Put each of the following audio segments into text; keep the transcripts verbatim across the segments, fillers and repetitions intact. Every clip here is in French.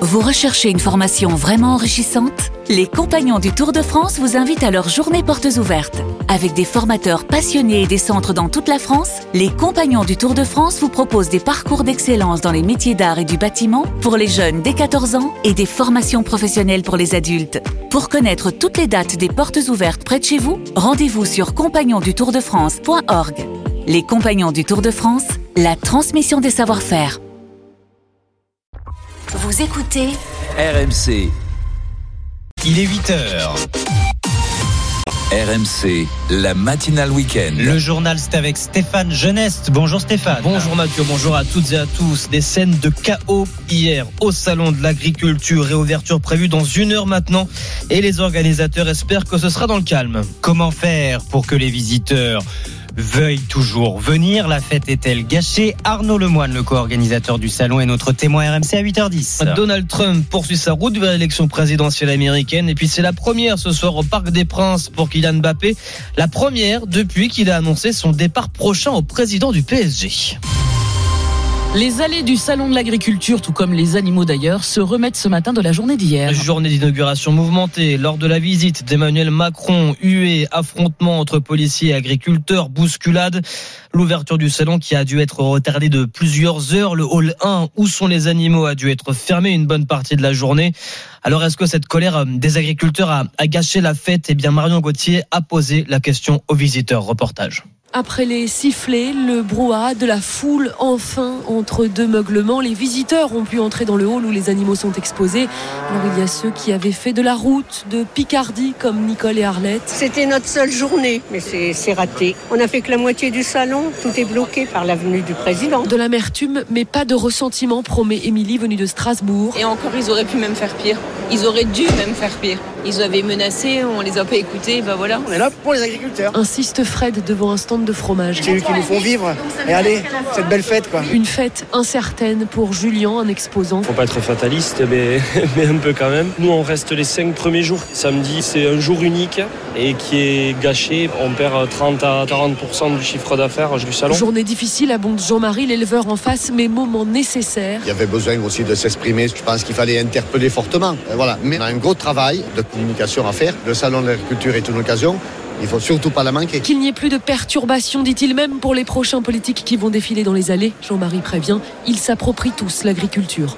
Vous recherchez une formation vraiment enrichissante ? Les Compagnons du Tour de France vous invitent à leur journée portes ouvertes. Avec des formateurs passionnés et des centres dans toute la France, les Compagnons du Tour de France vous proposent des parcours d'excellence dans les métiers d'art et du bâtiment pour les jeunes dès quatorze ans et des formations professionnelles pour les adultes. Pour connaître toutes les dates des portes ouvertes près de chez vous, rendez-vous sur compagnons du tour de france point org. Les Compagnons du Tour de France, la transmission des savoir-faire. Vous écoutez R M C. Il est huit heures. R M C, la matinale week-end. Le journal, c'est avec Stéphane Geneste. Bonjour Stéphane. Bonjour Mathieu, bonjour à toutes et à tous. Des scènes de chaos hier au Salon de l'Agriculture. Réouverture prévue dans une heure maintenant. Et les organisateurs espèrent que ce sera dans le calme. Comment faire pour que les visiteurs veuillent toujours venir? La fête est-elle gâchée? Arnaud Lemoine, le co-organisateur du salon, est notre témoin R M C à huit heures dix. Donald Trump poursuit sa route vers l'élection présidentielle américaine. Et puis c'est la première ce soir au Parc des Princes pour Kylian Mbappé. La première depuis qu'il a annoncé son départ prochain au président du P S G. Les allées du Salon de l'Agriculture, tout comme les animaux d'ailleurs, se remettent ce matin de la journée d'hier. Journée d'inauguration mouvementée. Lors de la visite d'Emmanuel Macron, huée, affrontement entre policiers et agriculteurs, bousculade. L'ouverture du salon qui a dû être retardée de plusieurs heures. Le hall un, où sont les animaux, a dû être fermé une bonne partie de la journée. Alors est-ce que cette colère des agriculteurs a, a gâché la fête? Eh bien Marion Gauthier a posé la question aux visiteurs. Reportage. Après les sifflets, le brouhaha de la foule, enfin, entre deux meuglements, les visiteurs ont pu entrer dans le hall où les animaux sont exposés. Alors il y a ceux qui avaient fait de la route, de Picardie, comme Nicole et Arlette. C'était notre seule journée, mais c'est, c'est raté. On a fait que la moitié du salon, tout est bloqué par l'avenue du président. De l'amertume, mais pas de ressentiment, promet Émilie, venue de Strasbourg. Et encore, ils auraient pu même faire pire. Ils auraient dû même faire pire. Ils avaient menacé, on les a pas écoutés, ben voilà. On est là pour les agriculteurs. Insiste Fred devant un stand de fromage. C'est eux qui nous font vivre. Et allez, cette belle fête quoi. Une fête incertaine pour Julien, un exposant. Faut pas être fataliste, mais, mais un peu quand même. Nous, on reste les cinq premiers jours. Samedi, c'est un jour unique et qui est gâché. On perd trente à quarante pour cent du chiffre d'affaires du salon. Journée difficile, abonde Jean-Marie, l'éleveur en face, mais moment nécessaire. Il y avait besoin aussi de s'exprimer. Je pense qu'il fallait interpeller fortement. Voilà. Mais on a un gros travail de communication à faire. Le salon de l'agriculture est une occasion. Il ne faut surtout pas la manquer. Qu'il n'y ait plus de perturbations, dit-il, même pour les prochains politiques qui vont défiler dans les allées. Jean-Marie prévient, ils s'approprient tous l'agriculture.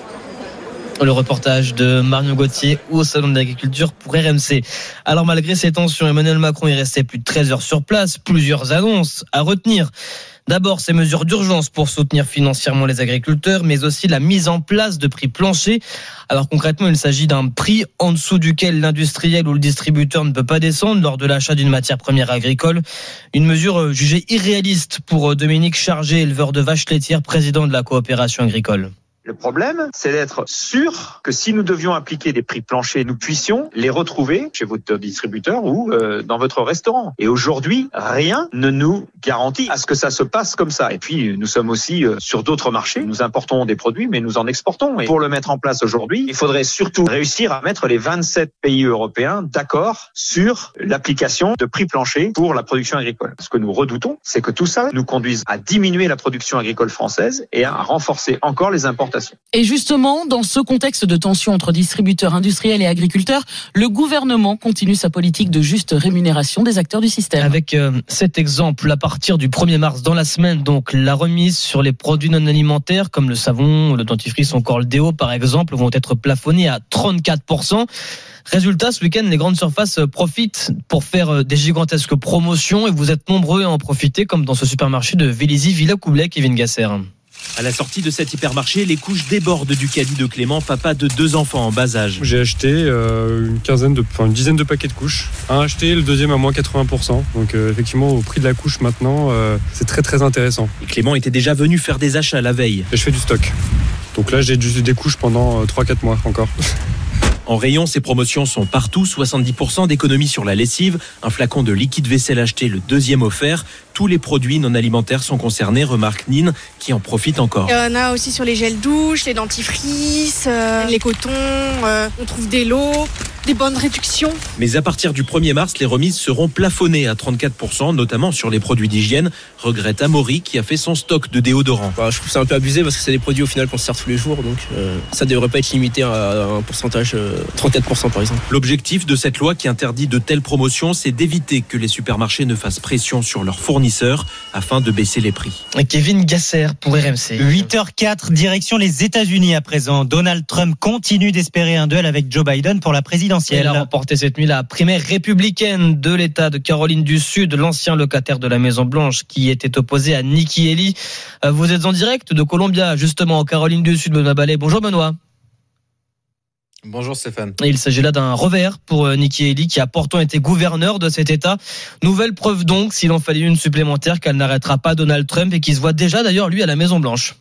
Le reportage de Marion Gauthier au Salon de l'Agriculture pour R M C. Alors malgré ces tensions, Emmanuel Macron est resté plus de treize heures sur place. Plusieurs annonces à retenir. D'abord, ces mesures d'urgence pour soutenir financièrement les agriculteurs, mais aussi la mise en place de prix planchers. Alors concrètement, il s'agit d'un prix en dessous duquel l'industriel ou le distributeur ne peut pas descendre lors de l'achat d'une matière première agricole. Une mesure jugée irréaliste pour Dominique Chargé, éleveur de vaches laitières, président de la coopération agricole. Le problème, c'est d'être sûr que si nous devions appliquer des prix planchers, nous puissions les retrouver chez votre distributeur ou euh, dans votre restaurant. Et aujourd'hui, rien ne nous garantit à ce que ça se passe comme ça. Et puis, nous sommes aussi euh, sur d'autres marchés. Nous importons des produits, mais nous en exportons. Et pour le mettre en place aujourd'hui, il faudrait surtout réussir à mettre les vingt-sept pays européens d'accord sur l'application de prix planchers pour la production agricole. Ce que nous redoutons, c'est que tout ça nous conduise à diminuer la production agricole française et à renforcer encore les importations. Et justement, dans ce contexte de tension entre distributeurs industriels et agriculteurs, le gouvernement continue sa politique de juste rémunération des acteurs du système. Avec euh, cet exemple, à partir du premier mars dans la semaine, donc la remise sur les produits non alimentaires comme le savon, le dentifrice, encore le déo par exemple, vont être plafonnés à trente-quatre pour cent. Résultat, ce week-end, les grandes surfaces profitent pour faire des gigantesques promotions et vous êtes nombreux à en profiter, comme dans ce supermarché de Vélizy-Villacoublay, Kevin Gasser. À la sortie de cet hypermarché, les couches débordent du caddie de Clément, papa de deux enfants en bas âge. J'ai acheté euh, une quinzaine de, enfin une dizaine de paquets de couches. Un acheté, le deuxième à moins quatre-vingts pour cent. Donc euh, effectivement, au prix de la couche maintenant, euh, c'est très très intéressant. Et Clément était déjà venu faire des achats la veille. Et je fais du stock. Donc là, j'ai du, des couches pendant euh, trois à quatre mois encore. En rayon, ces promotions sont partout, soixante-dix pour cent d'économie sur la lessive, un flacon de liquide vaisselle acheté, le deuxième offert. Tous les produits non alimentaires sont concernés, remarque Nine, qui en profite encore. Il y en a aussi sur les gels douche, les dentifrices, euh, les cotons, euh, on trouve des lots. des bonnes réductions. Mais à partir du premier mars, les remises seront plafonnées à trente-quatre pour cent, notamment sur les produits d'hygiène, regrette Amaury qui a fait son stock de déodorant. Bah, je trouve ça un peu abusé parce que c'est des produits au final qu'on se sert tous les jours, donc euh, ça ne devrait pas être limité à un pourcentage, euh, trente-quatre pour cent par exemple. L'objectif de cette loi qui interdit de telles promotions, c'est d'éviter que les supermarchés ne fassent pression sur leurs fournisseurs afin de baisser les prix. Kevin Gasser pour R M C. huit heures quatre, direction les États-Unis à présent. Donald Trump continue d'espérer un duel avec Joe Biden pour la présidentielle. Il a remporté cette nuit la primaire républicaine de l'État de Caroline du Sud, l'ancien locataire de la Maison-Blanche qui était opposé à Nikki Haley. Vous êtes en direct de Columbia, justement, en Caroline du Sud, Benoît Ballet. Bonjour Benoît. Bonjour Stéphane. Et il s'agit là d'un revers pour Nikki Haley qui a pourtant été gouverneur de cet État. Nouvelle preuve donc, s'il en fallait une supplémentaire, qu'elle n'arrêtera pas Donald Trump et qui se voit déjà d'ailleurs lui à la Maison-Blanche.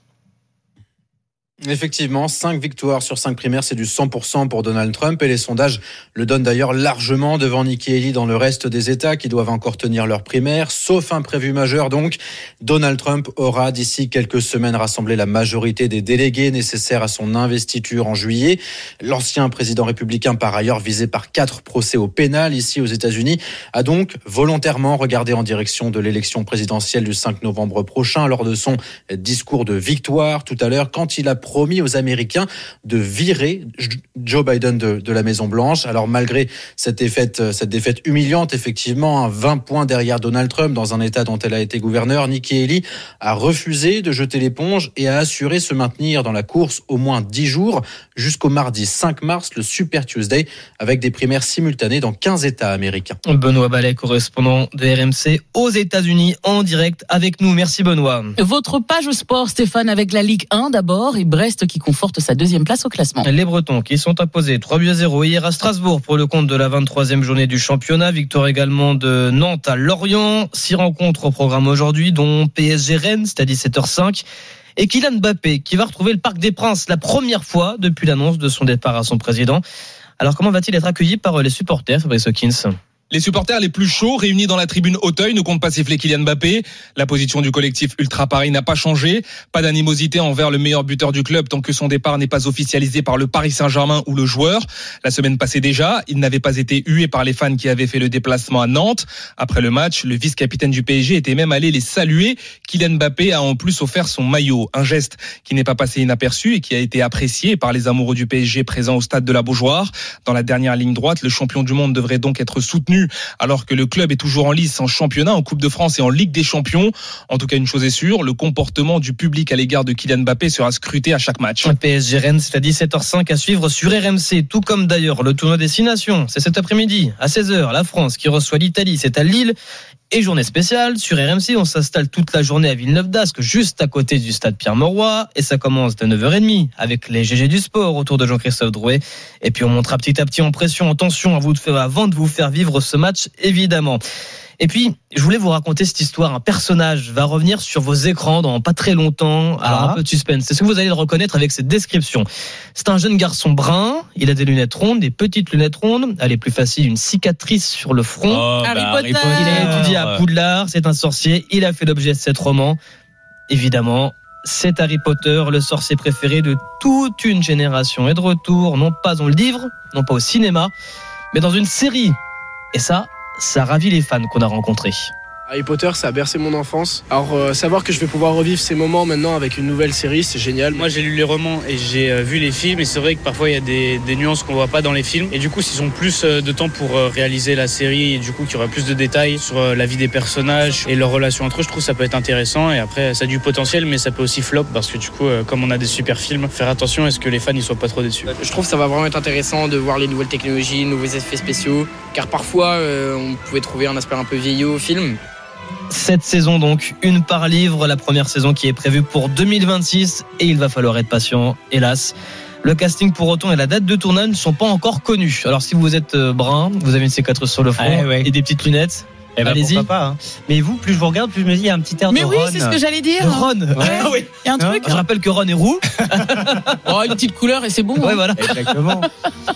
Effectivement, cinq victoires sur cinq primaires, c'est du cent pour cent pour Donald Trump et les sondages le donnent d'ailleurs largement devant Nikki Haley dans le reste des États qui doivent encore tenir leurs primaires, sauf imprévu majeur donc. Donald Trump aura d'ici quelques semaines rassemblé la majorité des délégués nécessaires à son investiture en juillet. L'ancien président républicain, par ailleurs visé par quatre procès au pénal ici aux États-Unis, a donc volontairement regardé en direction de l'élection présidentielle du cinq novembre prochain lors de son discours de victoire tout à l'heure quand il a promis aux Américains de virer Joe Biden de, de la Maison-Blanche. Alors malgré cette défaite, cette défaite humiliante, effectivement, vingt points derrière Donald Trump dans un État dont elle a été gouverneur, Nikki Haley a refusé de jeter l'éponge et a assuré se maintenir dans la course au moins dix jours jusqu'au mardi cinq mars, le Super Tuesday, avec des primaires simultanées dans quinze États américains. Benoît Ballet, correspondant de R M C aux États-Unis, en direct avec nous. Merci Benoît. Votre page sport, Stéphane, avec la Ligue un d'abord et Brest qui conforte sa deuxième place au classement. Les Bretons qui sont imposés trois buts à zéro hier à Strasbourg pour le compte de la vingt-troisième journée du championnat. Victoire également de Nantes à Lorient. Six rencontres au programme aujourd'hui, dont P S G Rennes, c'est à dix-sept heures cinq. Et Kylian Mbappé qui va retrouver le Parc des Princes la première fois depuis l'annonce de son départ à son président. Alors comment va-t-il être accueilli par les supporters, Fabrice Hawkins ? Les supporters les plus chauds réunis dans la tribune Auteuil ne comptent pas siffler Kylian Mbappé. La position du collectif Ultra Paris n'a pas changé. Pas d'animosité envers le meilleur buteur du club tant que son départ n'est pas officialisé par le Paris Saint-Germain ou le joueur. La semaine passée déjà, il n'avait pas été hué par les fans qui avaient fait le déplacement à Nantes. Après le match, le vice-capitaine du P S G était même allé les saluer. Kylian Mbappé a en plus offert son maillot. Un geste qui n'est pas passé inaperçu et qui a été apprécié par les amoureux du P S G présents au stade de la Beaujoire. Dans la dernière ligne droite, le champion du monde devrait donc être soutenu alors que le club est toujours en lice en championnat, en Coupe de France et en Ligue des Champions. En tout cas, une chose est sûre, le comportement du public à l'égard de Kylian Mbappé sera scruté à chaque match. P S G Rennes, c'est à dix-sept heures cinq à suivre sur R M C, tout comme d'ailleurs le tournoi Destination. C'est cet après-midi à seize heures, la France qui reçoit l'Italie, c'est à Lille. Et journée spéciale, sur R M C, on s'installe toute la journée à Villeneuve-d'Ascq, juste à côté du stade Pierre-Mauroy. Et ça commence à neuf heures trente avec les G G du sport autour de Jean-Christophe Drouet. Et puis on montera petit à petit en pression, en tension à vous de faire, avant de vous faire vivre ce match, évidemment. Et puis, je voulais vous raconter cette histoire. Un personnage va revenir sur vos écrans dans pas très longtemps. Alors, ah. un peu de suspense. C'est ce que vous allez le reconnaître avec cette description. C'est un jeune garçon brun. Il a des lunettes rondes, des petites lunettes rondes. Elle est plus facile, une cicatrice sur le front. Oh, Harry, bah, Potter. Harry Potter. Il a étudié à Poudlard. C'est un sorcier. Il a fait l'objet de cet roman. Évidemment, c'est Harry Potter, le sorcier préféré de toute une génération. Et de retour, non pas dans le livre, non pas au cinéma, mais dans une série. Et ça, ça ravit les fans qu'on a rencontrés. Harry Potter, ça a bercé mon enfance. Alors euh, savoir que je vais pouvoir revivre ces moments maintenant avec une nouvelle série, c'est génial. Moi j'ai lu les romans et j'ai euh, vu les films et c'est vrai que parfois il y a des, des nuances qu'on voit pas dans les films. Et du coup s'ils ont plus euh, de temps pour euh, réaliser la série et du coup qu'il y aura plus de détails sur euh, la vie des personnages et leurs relations entre eux, je trouve que ça peut être intéressant. Et après ça a du potentiel mais ça peut aussi flop parce que du coup euh, comme on a des super films, faire attention à ce que les fans ils soient pas trop déçus. Je trouve que ça va vraiment être intéressant de voir les nouvelles technologies, nouveaux effets spéciaux, car parfois euh, on pouvait trouver un aspect un peu vieillot au film. Cette saison donc, une par livre, la première saison qui est prévue pour deux mille vingt-six et il va falloir être patient, hélas. Le casting pour autant et la date de tournage ne sont pas encore connus. Alors si vous êtes brun, vous avez une cicatrice sur le front ah, ouais. et des petites lunettes, eh ben, allez-y. Pas, hein. Mais vous, plus je vous regarde, plus je me dis il y a un petit air Mais de oui, Ron. c'est ce que j'allais dire. De Ron. Ouais. Ah, oui. Il y a un truc. Je rappelle que Ron est roux. Oh, une petite couleur et c'est bon. Ouais, hein. voilà. Exactement.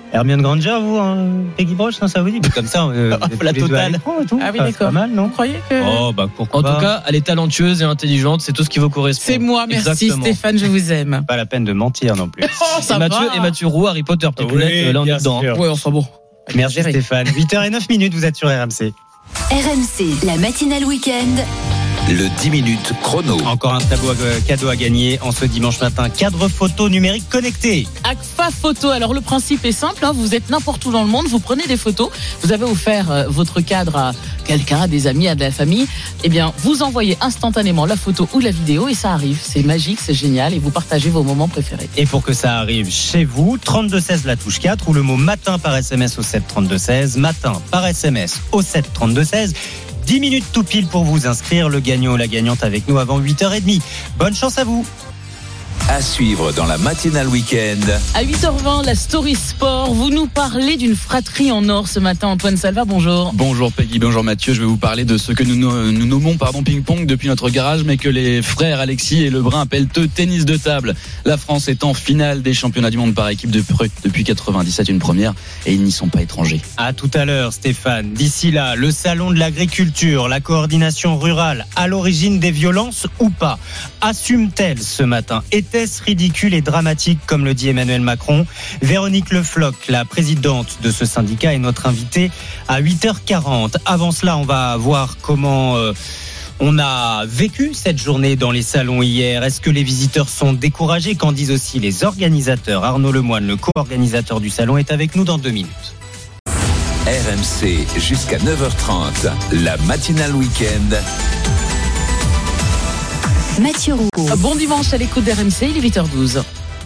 Hermione Granger, vous, hein, Peggy Broche, non, ça vous dit? Comme ça, euh, la totale. Tout, ah oui, pas, d'accord. pas mal, non? Vous croyez que... Oh, bah, pourquoi En pas. tout cas, elle est talentueuse et intelligente, c'est tout ce qui vous correspond. C'est moi, merci Exactement. Stéphane, je vous aime. Pas la peine de mentir non plus. Oh, ça et, Mathieu, va. et Mathieu Roux, Harry Potter, petite Oui, lunette, euh, là on est bien dedans. sûr. hein. Ouais, enfin bon. Merci Géré. Stéphane. huit heures zéro neuf minutes, vous êtes sur R M C. R M C, la matinale week-end. Le dix minutes chrono. Encore un très beau euh, cadeau à gagner en ce dimanche matin. Cadre photo numérique connecté. Agfa Photo. Alors le principe est simple, hein, vous êtes n'importe où dans le monde, vous prenez des photos, vous avez offert euh, votre cadre à quelqu'un, à des amis, à de la famille, eh bien vous envoyez instantanément la photo ou la vidéo et ça arrive. C'est magique, c'est génial et vous partagez vos moments préférés. Et pour que ça arrive chez vous, trente-deux seize la touche quatre ou le mot matin par S M S au sept trente-deux seize. Matin par S M S au sept trente-deux seize. dix minutes tout pile pour vous inscrire. Le gagnant ou la gagnante avec nous avant huit heures trente. Bonne chance à vous. À suivre dans la matinale week-end. À huit heures vingt, la Story Sport. Vous nous parlez d'une fratrie en or ce matin. Antoine Salva, bonjour. Bonjour Peggy, bonjour Mathieu. Je vais vous parler de ce que nous, nous nommons pardon, ping-pong depuis notre garage, mais que les frères Alexis et Lebrun appellent eux tennis de table. La France est en finale des championnats du monde par équipe de depuis quatre-vingt-dix-sept, une première, et ils n'y sont pas étrangers. À tout à l'heure, Stéphane. D'ici là, le salon de l'agriculture, la coordination rurale, à l'origine des violences ou pas? Assume-t-elle ce matin? Était-ce ridicule et dramatique, comme le dit Emmanuel Macron? Véronique Le Floch, la présidente de ce syndicat, est notre invitée à huit heures quarante. Avant cela, on va voir comment euh, on a vécu cette journée dans les salons hier. Est-ce que les visiteurs sont découragés? Qu'en disent aussi les organisateurs? Arnaud Lemoine, le co-organisateur du salon, est avec nous dans deux minutes. R M C jusqu'à neuf heures trente. La matinale week-end. Mathieu Roux. Bon dimanche à l'écoute d'R M C, il est huit heures douze.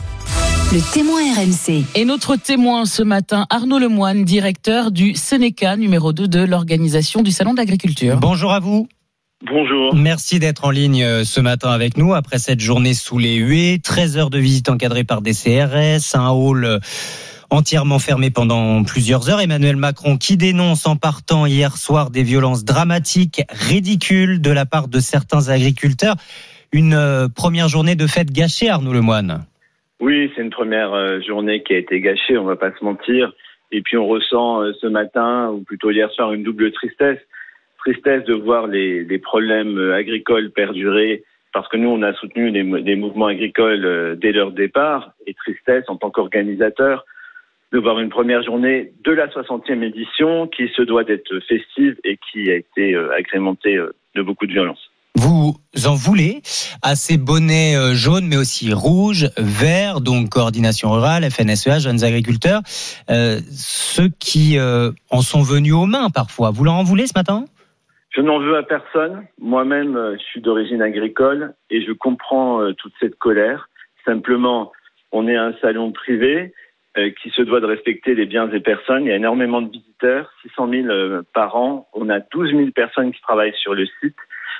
Le témoin R M C. Et notre témoin ce matin, Arnaud Lemoine, directeur du Sénéca numéro deux de l'organisation du Salon de l'Agriculture. Bonjour à vous. Bonjour. Merci d'être en ligne ce matin avec nous après cette journée sous les huées. treize heures de visite encadrée par des C R S, un hall entièrement fermé pendant plusieurs heures. Emmanuel Macron qui dénonce en partant hier soir des violences dramatiques, ridicules de la part de certains agriculteurs. Une euh, première journée de fête gâchée, Arnaud Lemoine. Oui, c'est une première euh, journée qui a été gâchée, on va pas se mentir. Et puis on ressent euh, ce matin, ou plutôt hier soir, une double tristesse. Tristesse de voir les, les problèmes euh, agricoles perdurer, parce que nous, on a soutenu des, des mouvements agricoles euh, dès leur départ. Et tristesse en tant qu'organisateur de voir une première journée de la soixantième édition qui se doit d'être festive et qui a été euh, agrémentée euh, de beaucoup de violence. Vous en voulez à ces bonnets jaunes, mais aussi rouges, verts, donc coordination rurale, F N S E A, jeunes agriculteurs, euh, ceux qui euh, en sont venus aux mains parfois. Vous leur en voulez ce matin? Je n'en veux à personne. Moi-même, je suis d'origine agricole et je comprends euh, toute cette colère. Simplement, on est un salon privé euh, qui se doit de respecter les biens des personnes. Il y a énormément de visiteurs, six cent mille euh, par an. On a douze mille personnes qui travaillent sur le site.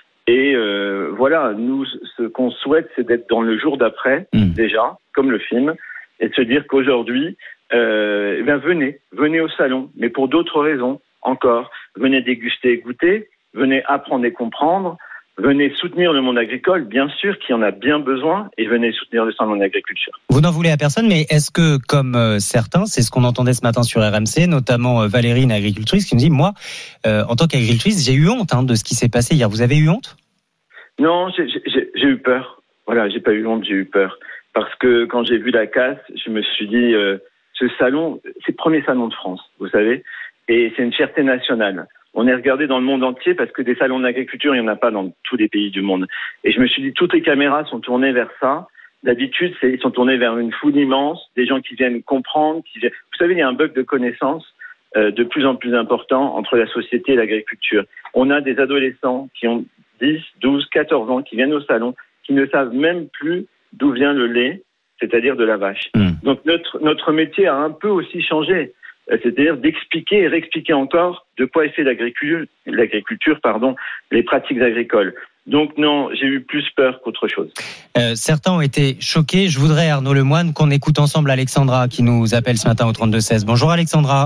Et euh, voilà, nous, ce qu'on souhaite, c'est d'être dans le jour d'après, mmh. déjà, comme le film, et de se dire qu'aujourd'hui, euh, eh bien, venez, venez au salon, mais pour d'autres raisons encore. Venez déguster et goûter, venez apprendre et comprendre, venez soutenir le monde agricole, bien sûr, qui en a bien besoin, et venez soutenir le salon de l'agriculture. Vous n'en voulez à personne, mais est-ce que, comme euh, certains, c'est ce qu'on entendait ce matin sur R M C, notamment euh, Valérie, une agricultrice, qui nous dit, moi, euh, en tant qu'agricultrice, j'ai eu honte hein, de ce qui s'est passé hier. Vous avez eu honte? Non, j'ai, j'ai, j'ai eu peur. Voilà, j'ai pas eu honte, j'ai eu peur. Parce que quand j'ai vu la casse, je me suis dit, euh, ce salon, c'est le premier salon de France, vous savez, et c'est une fierté nationale. On est regardé dans le monde entier parce que des salons d'agriculture, il n'y en a pas dans tous les pays du monde. Et je me suis dit, toutes les caméras sont tournées vers ça. D'habitude, c'est, ils sont tournés vers une foule immense, des gens qui viennent comprendre. Qui viennent... Vous savez, il y a un bug de connaissance euh, de plus en plus important entre la société et l'agriculture. On a des adolescents qui ont dix, douze, quatorze ans, qui viennent au salon, qui ne savent même plus d'où vient le lait, c'est-à-dire de la vache. Mmh. Donc notre, notre métier a un peu aussi changé. C'est-à-dire d'expliquer et réexpliquer encore de quoi est fait l'agriculture, l'agriculture, pardon, les pratiques agricoles. Donc non, j'ai eu plus peur qu'autre chose. Euh, certains ont été choqués. Je voudrais, Arnaud Lemoine, qu'on écoute ensemble Alexandra qui nous appelle ce matin au trente-deux seize. Bonjour Alexandra.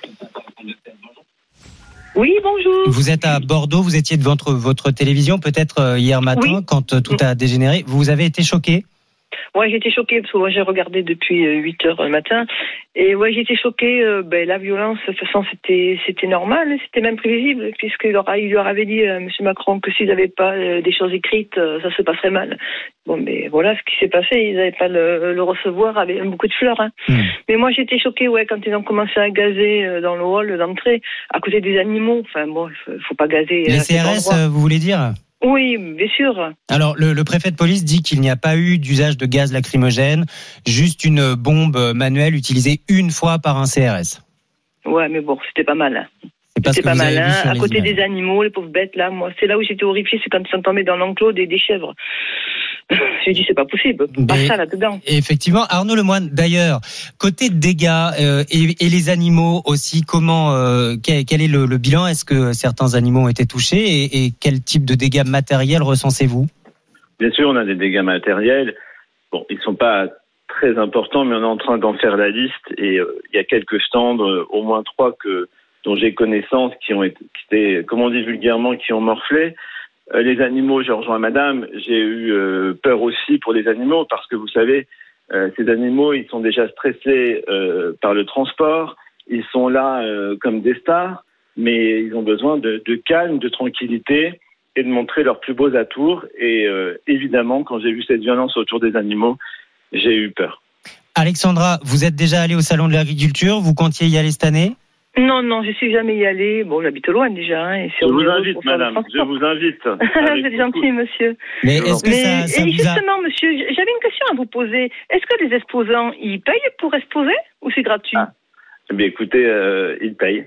Oui, bonjour. Vous êtes à Bordeaux, vous étiez devant votre, votre télévision peut-être hier matin oui. quand tout a dégénéré. Vous avez été choquée ? Ouais, j'étais choquée parce que moi j'ai regardé depuis huit heures le matin et ouais, j'étais choquée. Euh, ben la violence, de toute façon, c'était c'était normal, c'était même prévisible puisqu'il leur, il leur avait dit euh, Monsieur Macron que s'ils n'avaient pas euh, des choses écrites, euh, ça se passerait mal. Bon, mais voilà ce qui s'est passé. Ils n'avaient pas le, le recevoir avec beaucoup de fleurs. Hein. Mmh. Mais moi j'étais choquée, ouais, quand ils ont commencé à gazer euh, dans le hall d'entrée à côté des animaux. Enfin bon, il faut, faut pas gazer. Les C R S, euh, vous voulez dire? Oui, bien sûr. Alors, le, le préfet de police dit qu'il n'y a pas eu d'usage de gaz lacrymogène, juste une bombe manuelle utilisée une fois par un C R S. Ouais, mais bon, c'était pas mal. C'est pas c'était ce que pas vous avez mal. vu sur À les côté images. des animaux, les pauvres bêtes, là, moi, c'est là où j'étais horrifiée, c'est quand ils sont tombés dans l'enclos des, des chèvres. J'ai dit, c'est pas possible. Pas ça là-dedans. Effectivement, Arnaud Lemoine, d'ailleurs, côté dégâts euh, et, et les animaux aussi, comment, euh, quel, quel est le, le bilan? Est-ce que certains animaux ont été touchés et, et quel type de dégâts matériels recensez-vous? Bien sûr, on a des dégâts matériels. Bon, ils sont pas très importants, mais on est en train d'en faire la liste. Et euh, il y a quelques stands, euh, au moins trois que dont j'ai connaissance, qui ont été, qui étaient, comme on dit vulgairement, qui ont morflé. Euh, les animaux, je rejoins Madame, j'ai eu euh, peur aussi pour les animaux parce que vous savez, euh, ces animaux, ils sont déjà stressés euh, par le transport. Ils sont là euh, comme des stars, mais ils ont besoin de, de calme, de tranquillité et de montrer leurs plus beaux atours. Et euh, évidemment, quand j'ai vu cette violence autour des animaux, j'ai eu peur. Alexandra, vous êtes déjà allée au Salon de l'Agriculture, vous comptiez y aller cette année? Non, non, je suis jamais y allée. Bon, j'habite loin déjà. Hein, et je vous invite, madame. Je vous invite. Vous êtes gentil, monsieur. Mais est-ce que Mais, ça, ça et vous justement, a... monsieur, j'avais une question à vous poser. Est-ce que les exposants, ils payent pour exposer ou c'est gratuit? Ah. Eh bien, écoutez, euh, ils payent.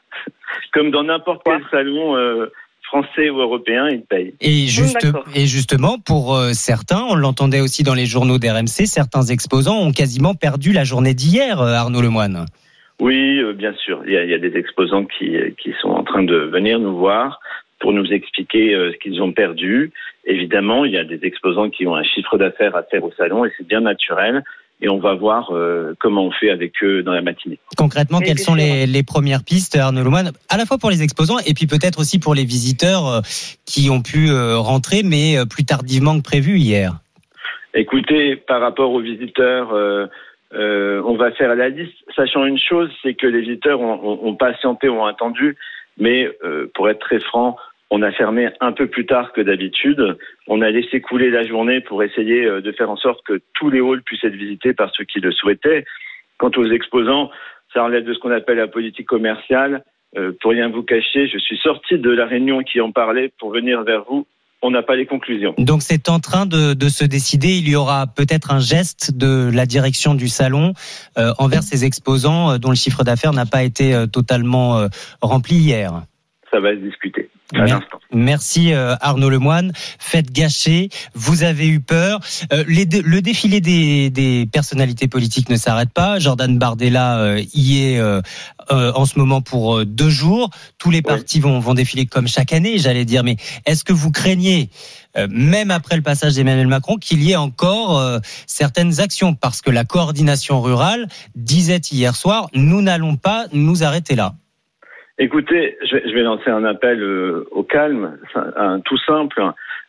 Comme dans n'importe quel salon euh, français ou européen, ils payent. Et, juste, et justement, pour euh, certains, on l'entendait aussi dans les journaux d'R M C, certains exposants ont quasiment perdu la journée d'hier, euh, Arnaud Lemoine. Oui, euh, bien sûr. Il y, a, il y a des exposants qui, qui sont en train de venir nous voir pour nous expliquer euh, ce qu'ils ont perdu. Évidemment, il y a des exposants qui ont un chiffre d'affaires à faire au salon et c'est bien naturel. Et on va voir euh, comment on fait avec eux dans la matinée. Concrètement, quelles sont les, les premières pistes, Arnaud Lemoine, à la fois pour les exposants et puis peut-être aussi pour les visiteurs euh, qui ont pu euh, rentrer, mais euh, plus tardivement que prévu hier? Écoutez, par rapport aux visiteurs... Euh, Euh, on va faire la liste, sachant une chose, c'est que les visiteurs ont, ont, ont patienté, ont attendu, mais euh, pour être très franc, on a fermé un peu plus tard que d'habitude. On a laissé couler la journée pour essayer de faire en sorte que tous les halls puissent être visités par ceux qui le souhaitaient. Quant aux exposants, ça relève de ce qu'on appelle la politique commerciale. Euh, pour rien vous cacher, je suis sorti de la réunion qui en parlait pour venir vers vous. On n'a pas les conclusions. Donc c'est en train de, de se décider. Il y aura peut-être un geste de la direction du salon euh, envers ces exposants euh, dont le chiffre d'affaires n'a pas été euh, totalement euh, rempli hier. Ça va se discuter. À l'instant. Merci euh, Arnaud Lemoine. Faites gâcher. Vous avez eu peur. Euh, les dé- le défilé des, des personnalités politiques ne s'arrête pas. Jordan Bardella euh, y est euh, euh, en ce moment pour euh, deux jours. Tous les partis ouais. vont, vont défiler comme chaque année, j'allais dire. Mais est-ce que vous craignez, euh, même après le passage d'Emmanuel Macron, qu'il y ait encore euh, certaines actions? Parce que la coordination rurale disait hier soir, nous n'allons pas nous arrêter là. Écoutez, je vais, je vais lancer un appel euh, au calme, un, un, tout simple,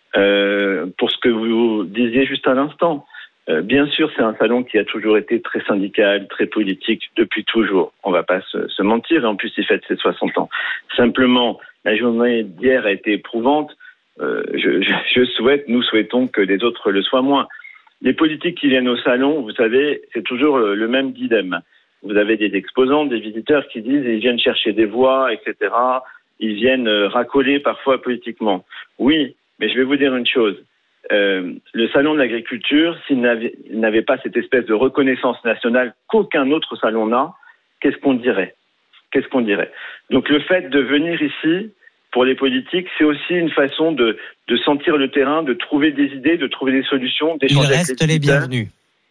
euh, pour ce que vous disiez juste à l'instant. Euh, bien sûr, c'est un salon qui a toujours été très syndical, très politique, depuis toujours. On ne va pas se, se mentir, et en plus, il fête ses soixante ans. Simplement, la journée d'hier a été éprouvante. Euh, je, je, je souhaite, nous souhaitons que les autres le soient moins. Les politiques qui viennent au salon, vous savez, c'est toujours le, le même dilemme. Vous avez des exposants, des visiteurs qui disent ils viennent chercher des voix, et cetera. Ils viennent racoler parfois politiquement. Oui, mais je vais vous dire une chose. Euh, le salon de l'agriculture, s'il n'avait, n'avait pas cette espèce de reconnaissance nationale qu'aucun autre salon n'a, qu'est-ce qu'on dirait ? Qu'est-ce qu'on dirait ? Donc le fait de venir ici, pour les politiques, c'est aussi une façon de, de sentir le terrain, de trouver des idées, de trouver des solutions, d'échanger avec les visiteurs. Il reste les bienvenus.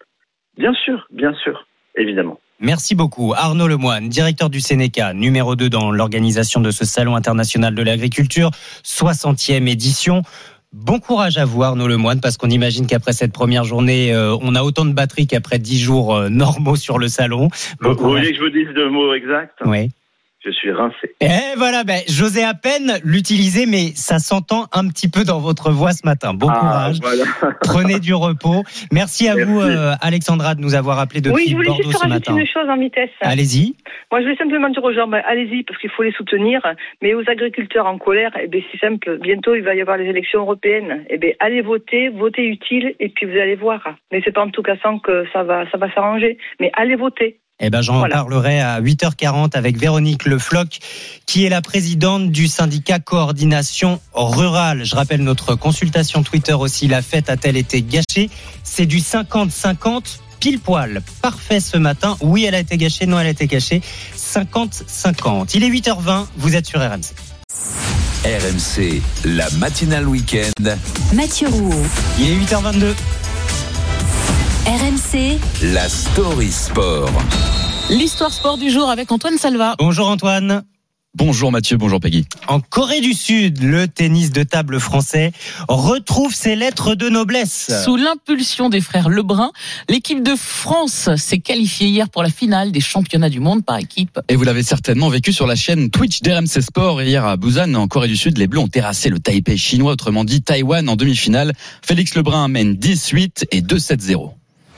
Bien sûr, bien sûr, évidemment. Merci beaucoup. Arnaud Lemoine, directeur du Sénéca, numéro deux dans l'organisation de ce Salon international de l'agriculture, soixantième édition. Bon courage à vous, Arnaud Lemoine, parce qu'on imagine qu'après cette première journée, euh, on a autant de batterie qu'après dix jours euh, normaux sur le salon. Bon vous, vous voulez que je vous dise deux mots exacts ? Oui. Je suis rincé. Et voilà, ben, j'osais à peine l'utiliser, mais ça s'entend un petit peu dans votre voix ce matin. Bon ah, courage. Voilà. Prenez du repos. Merci à Merci. vous, euh, Alexandra, de nous avoir appelé depuis oui, je voulais Bordeaux juste ce matin. Une chose en vitesse. Allez-y. Moi, je voulais simplement dire aux gens, ben, allez-y, parce qu'il faut les soutenir. Mais aux agriculteurs en colère, eh ben, c'est simple. Bientôt, il va y avoir les élections européennes. Eh ben, allez voter, votez utile, et puis vous allez voir. Mais c'est pas en tout cas sans que ça va, ça va s'arranger. Mais allez voter. Eh ben, j'en voilà. parlerai à huit heures quarante avec Véronique Le Floch, qui est la présidente du syndicat Coordination Rurale. Je rappelle notre consultation Twitter aussi. La fête a-t-elle été gâchée? C'est du cinquante cinquante pile poil. Parfait ce matin. Oui, elle a été gâchée. Non, elle a été gâchée. cinquante cinquante. Il est huit heures vingt. Vous êtes sur R M C. R M C, la matinale week-end. Mathieu Rouault. Il est huit heures vingt-deux. R M C, la story sport. L'histoire sport du jour avec Antoine Salva. Bonjour Antoine. Bonjour Mathieu, bonjour Peggy. En Corée du Sud, le tennis de table français retrouve ses lettres de noblesse. Sous l'impulsion des frères Lebrun, l'équipe de France s'est qualifiée hier pour la finale des championnats du monde par équipe. Et vous l'avez certainement vécu sur la chaîne Twitch d'R M C Sport. Hier à Busan, en Corée du Sud, les Bleus ont terrassé le Taipei chinois, autrement dit Taïwan, en demi-finale. Félix Lebrun mène dix-huit et deux sept zéro.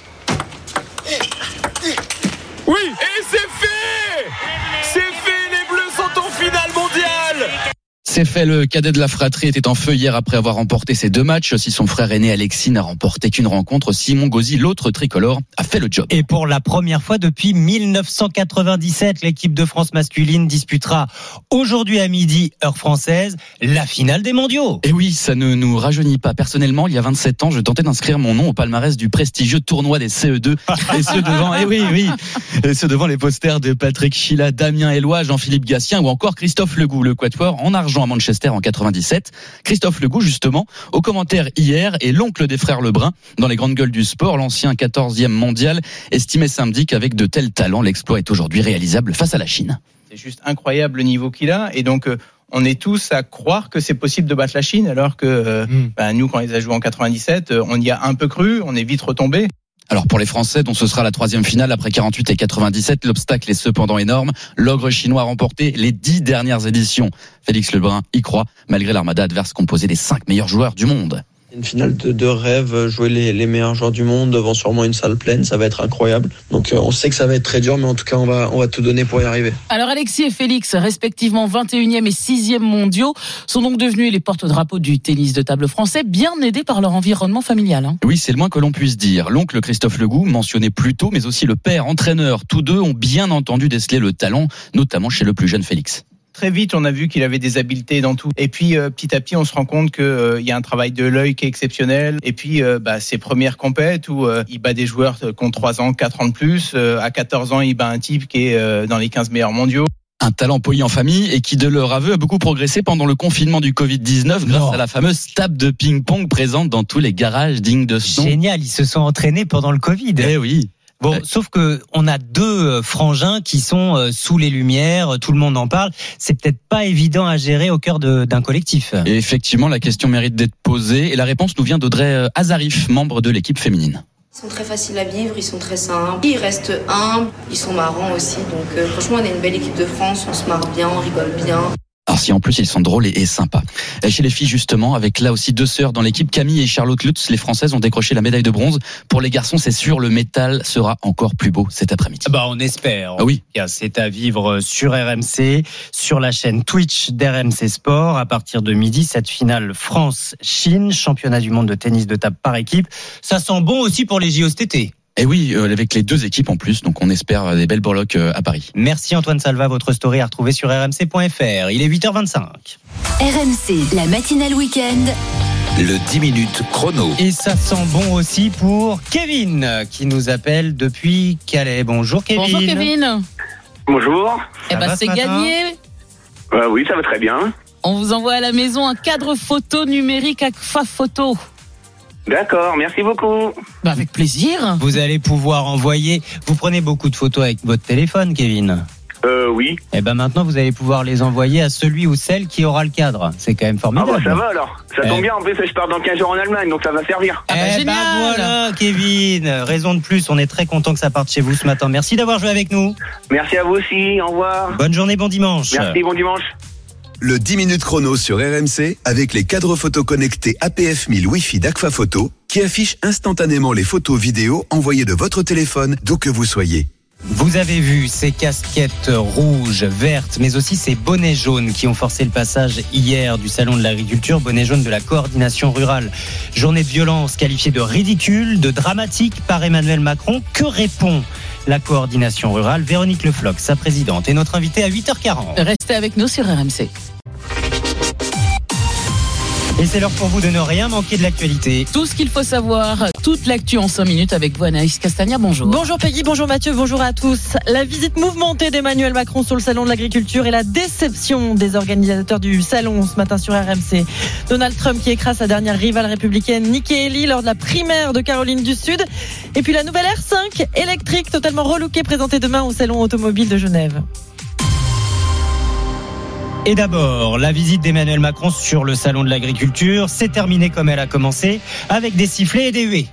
Oui, et c'est fait! C'est fait, les Bleus sont en finale mondiale! C'est fait, le cadet de la fratrie était en feu hier après avoir remporté ses deux matchs. Si son frère aîné Alexis n'a remporté qu'une rencontre, Simon Gauzy, l'autre tricolore, a fait le job. Et pour la première fois depuis dix-neuf cent quatre-vingt-dix-sept, l'équipe de France masculine disputera aujourd'hui à midi, heure française, la finale des mondiaux. Et oui, ça ne nous rajeunit pas. Personnellement, il y a vingt-sept ans, je tentais d'inscrire mon nom au palmarès du prestigieux tournoi des C E deux. Et ce devant, et oui, oui, et ce devant les posters de Patrick Chila, Damien Eloi, Jean-Philippe Gatien ou encore Christophe Legout, le quatuor en argent à Manchester en quatre-vingt-dix-sept. Christophe Legout, justement, au commentaire hier, et l'oncle des frères Lebrun dans les grandes gueules du sport, l'ancien quatorzième mondial, estimait samedi qu'avec de tels talents, l'exploit est aujourd'hui réalisable face à la Chine. C'est juste incroyable le niveau qu'il a, et donc euh, on est tous à croire que c'est possible de battre la Chine, alors que euh, mmh. bah, nous, quand ils ont joué en quatre-vingt-dix-sept, euh, on y a un peu cru, on est vite retombé. Alors pour les Français, dont ce sera la troisième finale après quarante-huit et quatre-vingt-dix-sept, l'obstacle est cependant énorme. L'ogre chinois a remporté les dix dernières éditions. Félix Lebrun y croit, malgré l'armada adverse composée des cinq meilleurs joueurs du monde. Une finale de, de rêve, jouer les, les meilleurs joueurs du monde devant sûrement une salle pleine, ça va être incroyable. Donc euh, on sait que ça va être très dur, mais en tout cas on va, on va tout donner pour y arriver. Alors Alexis et Félix, respectivement vingt et unième et sixième mondiaux, sont donc devenus les porte-drapeaux du tennis de table français, bien aidés par leur environnement familial. Hein. Oui, c'est le moins que l'on puisse dire. L'oncle Christophe Legout, mentionné plus tôt, mais aussi le père, entraîneur, tous deux ont bien entendu déceler le talent, notamment chez le plus jeune Félix. Très vite, on a vu qu'il avait des habiletés dans tout. Et puis, euh, petit à petit, on se rend compte qu'il euh, y a un travail de l'œil qui est exceptionnel. Et puis, euh, bah, ses premières compètes où euh, il bat des joueurs qui ont trois ans, quatre ans de plus. Euh, à quatorze ans, il bat un type qui est euh, dans les quinze meilleurs mondiaux. Un talent poli en famille et qui, de leur aveu, a beaucoup progressé pendant le confinement du covid dix-neuf grâce non. à la fameuse table de ping-pong présente dans tous les garages dignes de ce nom. Génial, ils se sont entraînés pendant le Covid. Eh oui. Bon, ouais. Sauf que on a deux frangins qui sont sous les lumières, tout le monde en parle. C'est peut-être pas évident à gérer au cœur de, d'un collectif. Et effectivement, la question mérite d'être posée et la réponse nous vient d'Audrey Azarif, membre de l'équipe féminine. Ils sont très faciles à vivre, ils sont très simples, ils restent humbles, ils sont marrants aussi. Donc euh, franchement, on est une belle équipe de France, on se marre bien, on rigole bien. Alors si en plus ils sont drôles et, et sympas. Et chez les filles justement, avec là aussi deux sœurs dans l'équipe, Camille et Charlotte Lutz, les Françaises ont décroché la médaille de bronze. Pour les garçons, c'est sûr, le métal sera encore plus beau cet après-midi. Bah on espère. Ah oui. C'est à vivre sur R M C, sur la chaîne Twitch d'R M C Sport. À partir de midi, cette finale France-Chine, championnat du monde de tennis de table par équipe. Ça sent bon aussi pour les J O cet été. Et oui, avec les deux équipes en plus, donc on espère des belles breloques à Paris. Merci Antoine Salva, votre story à retrouver sur r m c point f r. Il est huit heures vingt-cinq. R M C, la matinale week-end. Le dix minutes chrono. Et ça sent bon aussi pour Kevin, qui nous appelle depuis Calais. Bonjour Kevin. Bonjour Kevin. Bonjour. Eh ben c'est gagné. Euh, oui, ça va très bien. On vous envoie à la maison un cadre photo numérique Agfa Photo. D'accord, merci beaucoup. Bah avec plaisir. Vous allez pouvoir envoyer. Vous prenez beaucoup de photos avec votre téléphone, Kevin? Euh, oui. Et ben maintenant, vous allez pouvoir les envoyer à celui ou celle qui aura le cadre. C'est quand même Ah formidable. bah ça va alors. Ça tombe Eh. bien, en plus je pars dans quinze jours en Allemagne, donc ça va servir. Eh ben génial. voilà, Kevin. Raison de plus, on est très content que ça parte chez vous ce matin. Merci d'avoir joué avec nous. Merci à vous aussi, au revoir. Bonne journée, bon dimanche. Merci, bon dimanche. Le dix minutes chrono sur R M C avec les cadres photos connectés A P F mille Wi-Fi d'Agfa Photo qui affichent instantanément les photos vidéo envoyées de votre téléphone d'où que vous soyez. Vous avez vu ces casquettes rouges, vertes, mais aussi ces bonnets jaunes qui ont forcé le passage hier du Salon de l'Agriculture, bonnets jaunes de la coordination rurale. Journée de violence qualifiée de ridicule, de dramatique par Emmanuel Macron. Que répond la coordination rurale? Véronique Le Floch, sa présidente, est notre invitée à huit heures quarante. Restez avec nous sur R M C. Et c'est l'heure pour vous de ne rien manquer de l'actualité. Tout ce qu'il faut savoir, toute l'actu en cinq minutes avec vous, Anaïs Castagna. Bonjour. Bonjour Peggy, bonjour Mathieu, bonjour à tous. La visite mouvementée d'Emmanuel Macron sur le Salon de l'Agriculture et la déception des organisateurs du Salon ce matin sur R M C. Donald Trump qui écrase sa dernière rivale républicaine Nikki Haley lors de la primaire de Caroline du Sud. Et puis la nouvelle R cinq électrique totalement relookée présentée demain au Salon automobile de Genève. Et d'abord, la visite d'Emmanuel Macron sur le Salon de l'Agriculture s'est terminée comme elle a commencé, avec des sifflets et des huées.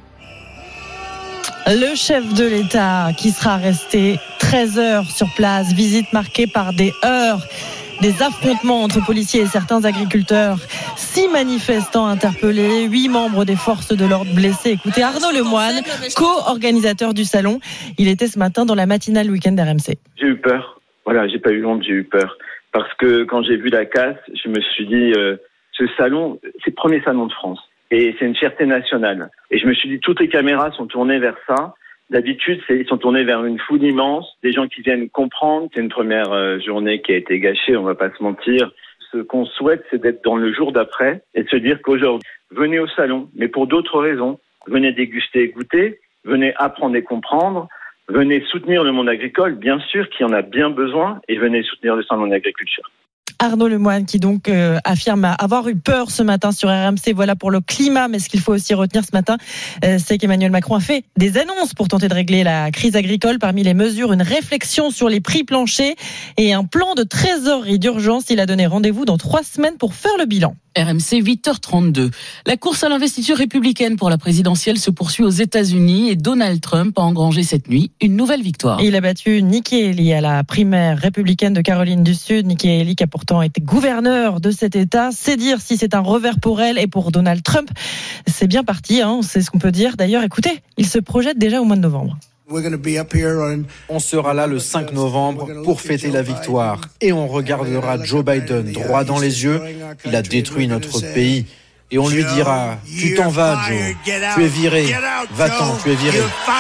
Le chef de l'État qui sera resté treize heures sur place, visite marquée par des heurts, des affrontements entre policiers et certains agriculteurs, six manifestants interpellés, huit membres des forces de l'ordre blessés. Écoutez Arnaud Lemoine, co-organisateur du salon, il était ce matin dans la matinale week-end d'R M C. J'ai eu peur, voilà, j'ai pas eu honte, j'ai eu peur. Parce que quand j'ai vu la casse, je me suis dit, euh, ce salon, c'est le premier salon de France. Et c'est une fierté nationale. Et je me suis dit, toutes les caméras sont tournées vers ça. D'habitude, c'est, ils sont tournés vers une foule immense, des gens qui viennent comprendre. C'est une première euh, journée qui a été gâchée, on va pas se mentir. Ce qu'on souhaite, c'est d'être dans le jour d'après et de se dire qu'aujourd'hui, venez au salon, mais pour d'autres raisons. Venez déguster et goûter, venez apprendre et comprendre. Venez soutenir le monde agricole, bien sûr, qui en a bien besoin, et venez soutenir le salon de l'agriculture. Arnaud Lemoine qui donc euh, affirme avoir eu peur ce matin sur R M C. Voilà pour le climat, mais ce qu'il faut aussi retenir ce matin, euh, c'est qu'Emmanuel Macron a fait des annonces pour tenter de régler la crise agricole. Parmi les mesures, une réflexion sur les prix planchers et un plan de trésorerie d'urgence. Il a donné rendez-vous dans trois semaines pour faire le bilan. R M C huit heures trente-deux. La course à l'investiture républicaine pour la présidentielle se poursuit aux États-Unis et Donald Trump a engrangé cette nuit une nouvelle victoire. Il a battu Nikki Haley à la primaire républicaine de Caroline du Sud. Nikki Haley qui a pourtant été gouverneur de cet État. C'est dire si c'est un revers pour elle et pour Donald Trump. C'est bien parti, hein, c'est ce qu'on peut dire. D'ailleurs, écoutez, il se projette déjà au mois de novembre. On sera là le cinq novembre pour fêter la victoire et on regardera Joe Biden droit dans les yeux. Il a détruit notre pays et on lui dira « Tu t'en vas, Joe. Tu es viré. Va-t'en, tu es viré. »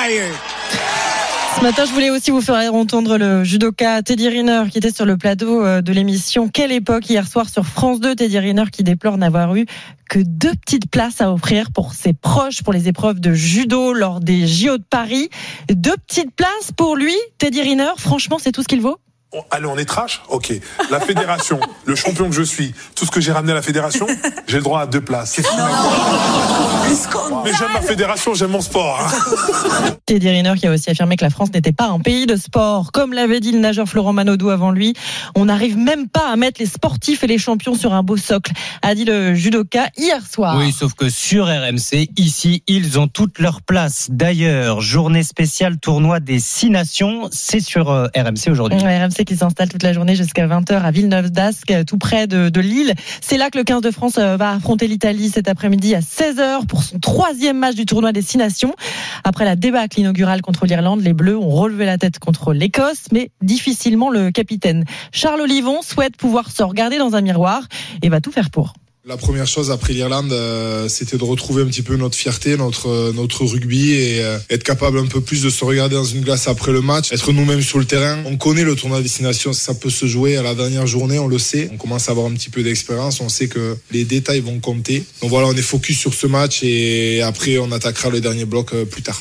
Ce matin, je voulais aussi vous faire entendre le judoka Teddy Riner qui était sur le plateau de l'émission Quelle époque hier soir sur France deux. Teddy Riner qui déplore n'avoir eu que deux petites places à offrir pour ses proches pour les épreuves de judo lors des J O de Paris. Deux petites places pour lui, Teddy Riner. Franchement, c'est tout ce qu'il vaut. Allez, on est trash ? Ok. La fédération, le champion que je suis, tout ce que j'ai ramené à la fédération, j'ai le droit à deux places. Mais j'aime ma fédération, j'aime mon sport. Hein. Teddy Riner qui a aussi affirmé que la France n'était pas un pays de sport. Comme l'avait dit le nageur Florent Manodou avant lui, on n'arrive même pas à mettre les sportifs et les champions sur un beau socle, a dit le judoka hier soir. Oui, sauf que sur R M C, ici, ils ont toutes leur place. D'ailleurs, journée spéciale tournoi des six nations, c'est sur R M C aujourd'hui. R M C qui s'installe toute la journée jusqu'à vingt heures à Villeneuve-d'Ascq, tout près de, de Lille. C'est là que le quinze de France va affronter l'Italie cet après-midi à seize heures pour son troisième match du tournoi des six nations. Après la débâcle inaugurale contre l'Irlande, les Bleus ont relevé la tête contre l'Écosse, mais difficilement le capitaine. Charles Olivon souhaite pouvoir se regarder dans un miroir et va tout faire pour. La première chose après l'Irlande, euh, c'était de retrouver un petit peu notre fierté, notre notre rugby et euh, être capable un peu plus de se regarder dans une glace après le match, être nous-mêmes sur le terrain. On connaît le tournoi de destination, ça peut se jouer à la dernière journée, on le sait. On commence à avoir un petit peu d'expérience, on sait que les détails vont compter. Donc voilà, on est focus sur ce match et après on attaquera le dernier bloc euh, plus tard.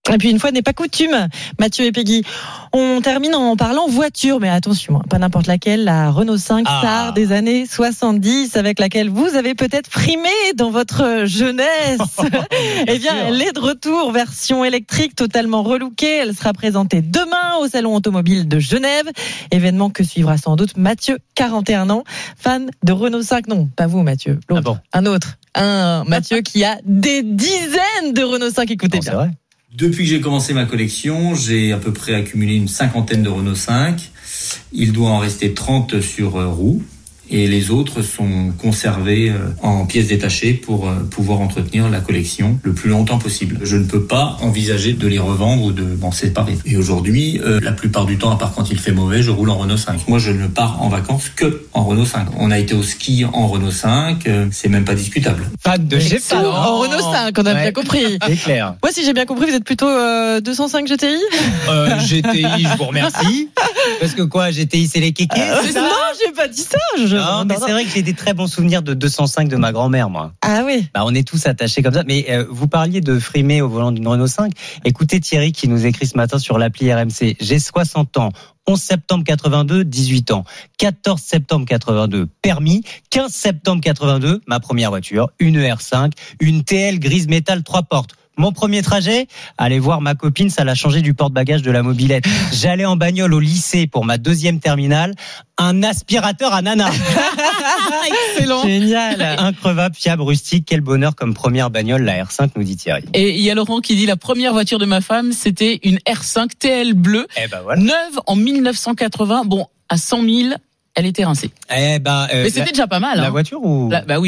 Et puis une fois n'est pas coutume, Mathieu et Peggy, on termine en parlant voiture, mais attention, pas n'importe laquelle, la Renault cinq ah. star des années soixante-dix, avec laquelle vous avez peut-être frimé dans votre jeunesse. Eh bien, elle est de retour, version électrique totalement relookée. Elle sera présentée demain au Salon Automobile de Genève, événement que suivra sans doute Mathieu, quarante et un ans, fan de Renault cinq. Non, pas vous Mathieu, l'autre, ah bon. un autre, un Mathieu qui a des dizaines de Renault cinq, écoutez non, bien. C'est vrai. Depuis que j'ai commencé ma collection, j'ai à peu près accumulé une cinquantaine de Renault cinq. Il doit en rester trente sur roue. Et les autres sont conservés en pièces détachées pour pouvoir entretenir la collection le plus longtemps possible. Je ne peux pas envisager de les revendre ou de m'en séparer. Et aujourd'hui, euh, la plupart du temps, à part quand il fait mauvais, je roule en Renault cinq. Moi, je ne pars en vacances que en Renault cinq. On a été au ski en Renault cinq, euh, c'est même pas discutable. Pas de G P en Renault cinq, on a ouais. bien compris. C'est clair. Moi, si j'ai bien compris, vous êtes plutôt euh, deux cent cinq G T I euh, G T I, je vous remercie. Parce que quoi, G T I, c'est les kékés euh, c'est ça. Non, j'ai pas dit ça. Je... Non, mais c'est vrai que j'ai des très bons souvenirs de deux cent cinq de ma grand-mère, moi. Ah oui. Bah, on est tous attachés comme ça. Mais euh, vous parliez de frimer au volant d'une Renault cinq. Écoutez Thierry qui nous écrit ce matin sur l'appli R M C. J'ai soixante ans. onze septembre quatre-vingt-deux, dix-huit ans. quatorze septembre quatre-vingt-deux, permis. quinze septembre quatre-vingt-deux, ma première voiture. Une E R cinq, une T L grise métal trois portes. Mon premier trajet, aller voir ma copine, ça l'a changé du porte-bagages de la mobilette. J'allais en bagnole au lycée pour ma deuxième terminale, un aspirateur à nana. Excellent. Génial. Increvable, fiable, rustique, quel bonheur comme première bagnole, la R cinq, nous dit Thierry. Et il y a Laurent qui dit la première voiture de ma femme, c'était une R cinq T L bleue, eh ben voilà. neuve en dix-neuf cent quatre-vingts, bon, à cent mille. Elle était rincée. Eh ben, euh, mais c'était la, déjà pas mal. La hein. voiture ou la, Bah oui.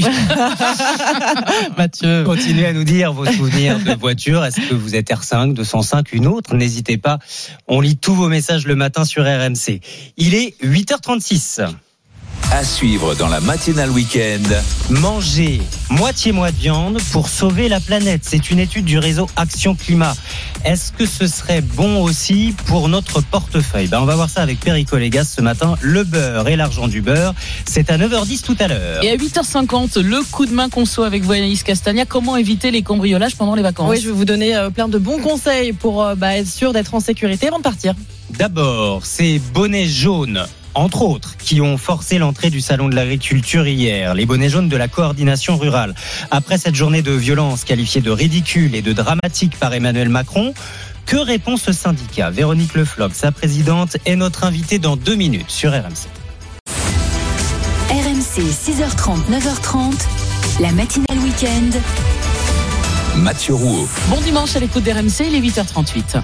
Mathieu, continuez à nous dire vos souvenirs de voiture. Est-ce que vous êtes R cinq, deux cent cinq, une autre? N'hésitez pas. On lit tous vos messages le matin sur R M C. Il est huit heures trente-six. À suivre dans la matinale week-end. Manger moitié-moitié de viande pour sauver la planète. C'est une étude du réseau Action Climat. Est-ce que ce serait bon aussi pour notre portefeuille? Ben, on va voir ça avec Perico Légas ce matin. Le beurre et l'argent du beurre. C'est à neuf heures dix tout à l'heure. Et à huit heures cinquante, le coup de main conso avec vous, Anaïs Castagna. Comment éviter les cambriolages pendant les vacances? Oui, je vais vous donner euh, plein de bons conseils pour euh, bah, être sûr d'être en sécurité avant de partir. D'abord, ces bonnets jaunes, entre autres, qui ont forcé l'entrée du Salon de l'Agriculture hier. Les bonnets jaunes de la coordination rurale. Après cette journée de violence qualifiée de ridicule et de dramatique par Emmanuel Macron, que répond ce syndicat? Véronique Le Floch, sa présidente, est notre invitée dans deux minutes sur R M C. R M C, six heures trente, neuf heures trente, la matinale week-end. Mathieu Rouault. Bon dimanche à l'écoute d'R M C, il est huit heures trente-huit.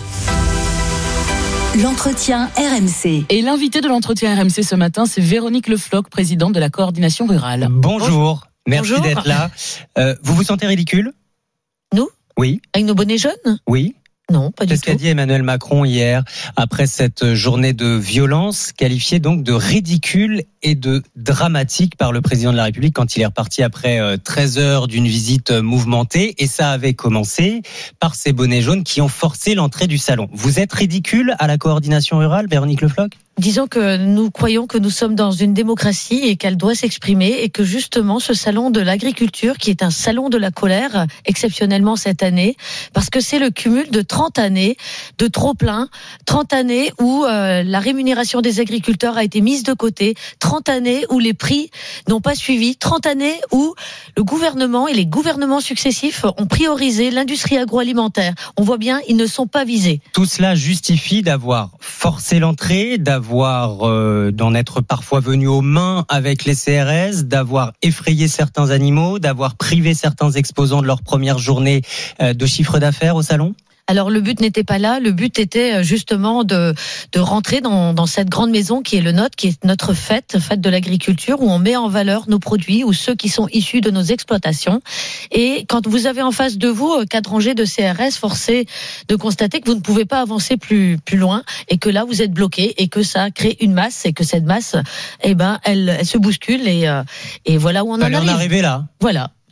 L'entretien R M C. Et l'invité de l'entretien R M C ce matin, c'est Véronique Le Floch, présidente de la coordination rurale. Bonjour, Bonjour. Merci Bonjour. d'être là. Euh, vous vous sentez ridicule? Nous? Oui. Avec nos bonnets jaunes? Oui. Non, pas du tout. C'est ce qu'a dit Emmanuel Macron hier, après cette journée de violence, qualifiée donc de ridicule et de dramatique par le président de la République quand il est reparti après treize heures d'une visite mouvementée. Et ça avait commencé par ces bonnets jaunes qui ont forcé l'entrée du salon. Vous êtes ridicule à la coordination rurale, Véronique Le Floch? Disons que nous croyons que nous sommes dans une démocratie et qu'elle doit s'exprimer et que justement ce salon de l'agriculture, qui est un salon de la colère, exceptionnellement cette année, parce que c'est le cumul de trente années de trop-plein, trente années où euh, la rémunération des agriculteurs a été mise de côté, trente années où les prix n'ont pas suivi, trente années où le gouvernement et les gouvernements successifs ont priorisé l'industrie agroalimentaire. On voit bien, ils ne sont pas visés. Tout cela justifie d'avoir forcé l'entrée, d'avoir D'avoir, euh, d'en être parfois venu aux mains avec les C R S, d'avoir effrayé certains animaux, d'avoir privé certains exposants de leur première journée euh, de chiffre d'affaires au salon? Alors le but n'était pas là, le but était justement de de rentrer dans dans cette grande maison qui est le nôtre, qui est notre fête, fête de l'agriculture, où on met en valeur nos produits ou ceux qui sont issus de nos exploitations. Et quand vous avez en face de vous quatre rangées de C R S, forcé de constater que vous ne pouvez pas avancer plus plus loin et que là vous êtes bloqué et que ça crée une masse et que cette masse, eh ben elle elle se bouscule et et voilà où on en arrive. Fallait en arriver là. Voilà.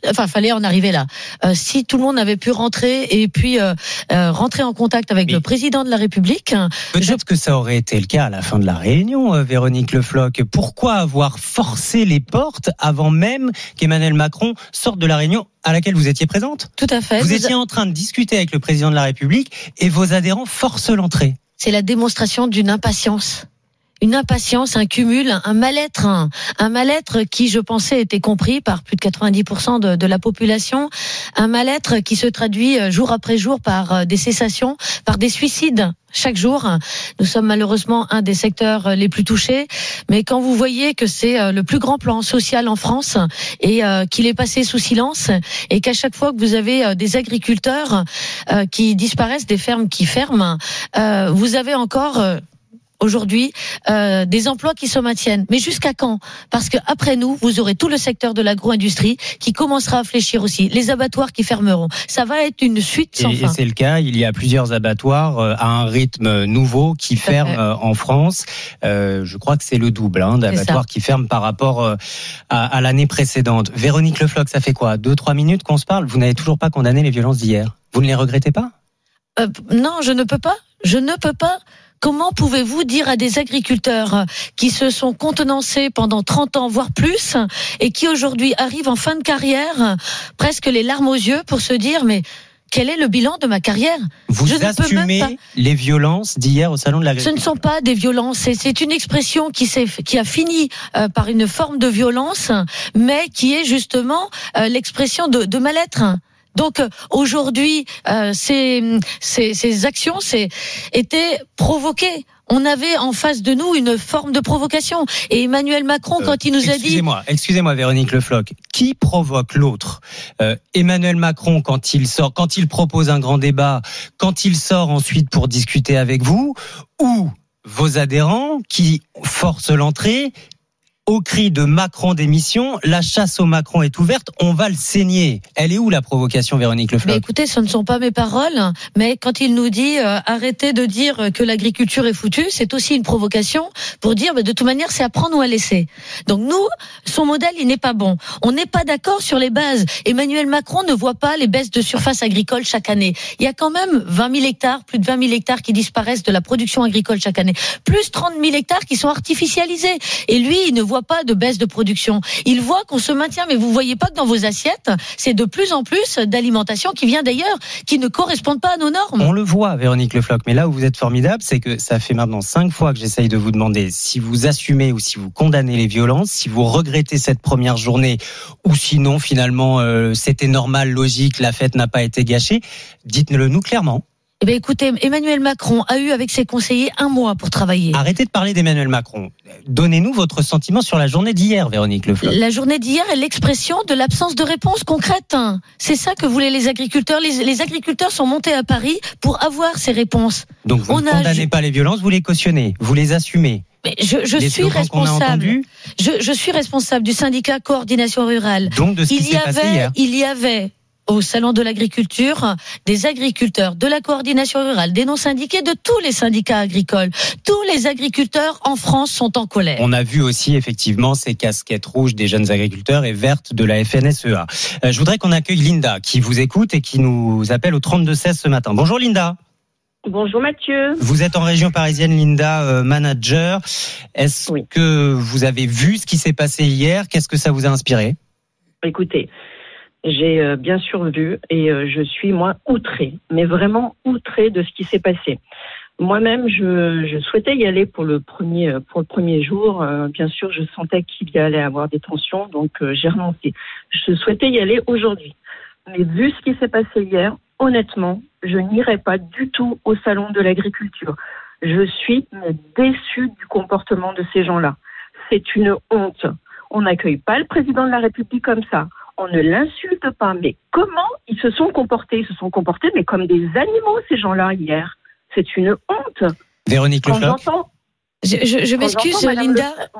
Enfin, fallait en arriver là. Euh, si tout le monde avait pu rentrer et puis euh, euh, rentrer en contact avec Mais le président de la République, peut-être je... que ça aurait été le cas à la fin de la réunion, euh, Véronique Le Floch. Pourquoi avoir forcé les portes avant même qu'Emmanuel Macron sorte de la réunion à laquelle vous étiez présente? Tout à fait. Vous, vous étiez a... en train de discuter avec le président de la République et vos adhérents forcent l'entrée. C'est la démonstration d'une impatience. Une impatience, un cumul, un mal-être, un, un mal-être qui, je pensais, était compris par plus de quatre-vingt-dix pour cent de, de la population, un mal-être qui se traduit jour après jour par des cessations, par des suicides chaque jour. Nous sommes malheureusement un des secteurs les plus touchés, mais quand vous voyez que c'est le plus grand plan social en France et euh, qu'il est passé sous silence et qu'à chaque fois que vous avez des agriculteurs euh, qui disparaissent, des fermes qui ferment, euh, vous avez encore... Euh, aujourd'hui, euh, des emplois qui se maintiennent. Mais jusqu'à quand? Parce que après nous, vous aurez tout le secteur de l'agro-industrie qui commencera à fléchir aussi, les abattoirs qui fermeront. Ça va être une suite sans et, fin. Et c'est le cas, il y a plusieurs abattoirs euh, à un rythme nouveau qui ferment euh, en France. Euh, je crois que c'est le double hein, d'abattoirs qui ferment par rapport euh, à, à l'année précédente. Véronique Le Floch, ça fait quoi? Deux, trois minutes qu'on se parle? Vous n'avez toujours pas condamné les violences d'hier? Vous ne les regrettez pas? euh, Non, je ne peux pas. Je ne peux pas. Comment pouvez-vous dire à des agriculteurs qui se sont contenancés pendant trente ans, voire plus, et qui aujourd'hui arrivent en fin de carrière, presque les larmes aux yeux, pour se dire, mais quel est le bilan de ma carrière? Vous Je assumez ne peux même pas. Les violences d'hier au Salon de l'Agriculture? Ce ne sont pas des violences, c'est, c'est une expression qui, s'est, qui a fini euh, par une forme de violence, mais qui est justement euh, l'expression de, de mal-être. Donc aujourd'hui, euh, ces, ces, ces actions c'est, étaient provoquées. On avait en face de nous une forme de provocation. Et Emmanuel Macron, euh, quand il nous a dit... Excusez-moi, excusez-moi Véronique Le Floch. Qui provoque l'autre? euh, Emmanuel Macron, quand il sort, quand il propose un grand débat, quand il sort ensuite pour discuter avec vous, ou vos adhérents qui forcent l'entrée? Au cri de Macron démission, la chasse au Macron est ouverte, on va le saigner. Elle est où la provocation, Véronique Le Floch? Mais écoutez, ce ne sont pas mes paroles, mais quand il nous dit euh, arrêtez de dire que l'agriculture est foutue, c'est aussi une provocation pour dire bah, de toute manière c'est à prendre ou à laisser. Donc nous, son modèle il n'est pas bon. On n'est pas d'accord sur les bases. Emmanuel Macron ne voit pas les baisses de surface agricole chaque année. Il y a quand même vingt mille hectares, plus de vingt mille hectares qui disparaissent de la production agricole chaque année, plus trente mille hectares qui sont artificialisés. Et lui, il ne voit pas de baisse de production. Il voit qu'on se maintient, mais vous voyez pas que dans vos assiettes, c'est de plus en plus d'alimentation qui vient d'ailleurs, qui ne correspondent pas à nos normes. On le voit, Véronique Le Floch, mais là où vous êtes formidable, c'est que ça fait maintenant cinq fois que j'essaye de vous demander si vous assumez ou si vous condamnez les violences, si vous regrettez cette première journée, ou sinon finalement euh, c'était normal, logique, la fête n'a pas été gâchée. Dites-le nous clairement. Eh bien, écoutez, Emmanuel Macron a eu avec ses conseillers un mois pour travailler. Arrêtez de parler d'Emmanuel Macron. Donnez-nous votre sentiment sur la journée d'hier, Véronique Le Floch. La journée d'hier est l'expression de l'absence de réponse concrète. C'est ça que voulaient les agriculteurs. Les, les agriculteurs sont montés à Paris pour avoir ces réponses. Donc vous On ne condamnez a... pas les violences, vous les cautionnez, vous les assumez. Mais je, je suis responsable. Je, je suis responsable du syndicat Coordination Rurale. Donc de ce qui il s'est y avait, passé hier. Il y avait au Salon de l'Agriculture, des agriculteurs, de la coordination rurale, des non-syndiqués, de tous les syndicats agricoles. Tous les agriculteurs en France sont en colère. On a vu aussi effectivement ces casquettes rouges des jeunes agriculteurs et vertes de la F N S E A. Euh, je voudrais qu'on accueille Linda qui vous écoute et qui nous appelle au trente-deux seize ce matin. Bonjour Linda. Bonjour Mathieu. Vous êtes en région parisienne, Linda, euh, manager. Est-ce oui. que vous avez vu ce qui s'est passé hier? Qu'est-ce que ça vous a inspiré? Écoutez, j'ai euh, bien sûr vu et euh, je suis, moi, outrée, mais vraiment outrée de ce qui s'est passé. Moi-même, je, je souhaitais y aller pour le premier, pour le premier jour. Euh, bien sûr, je sentais qu'il y allait avoir des tensions, donc euh, j'ai renoncé. Je souhaitais y aller aujourd'hui. Mais vu ce qui s'est passé hier, honnêtement, je n'irai pas du tout au Salon de l'Agriculture. Je suis déçue du comportement de ces gens-là. C'est une honte. On n'accueille pas le président de la République comme ça. On ne l'insulte pas. Mais comment ils se sont comportés? Ils se sont comportés, mais comme des animaux, ces gens-là, hier. C'est une honte. Véronique Le Floch. Je, je, je m'excuse, Linda. Le... Oui.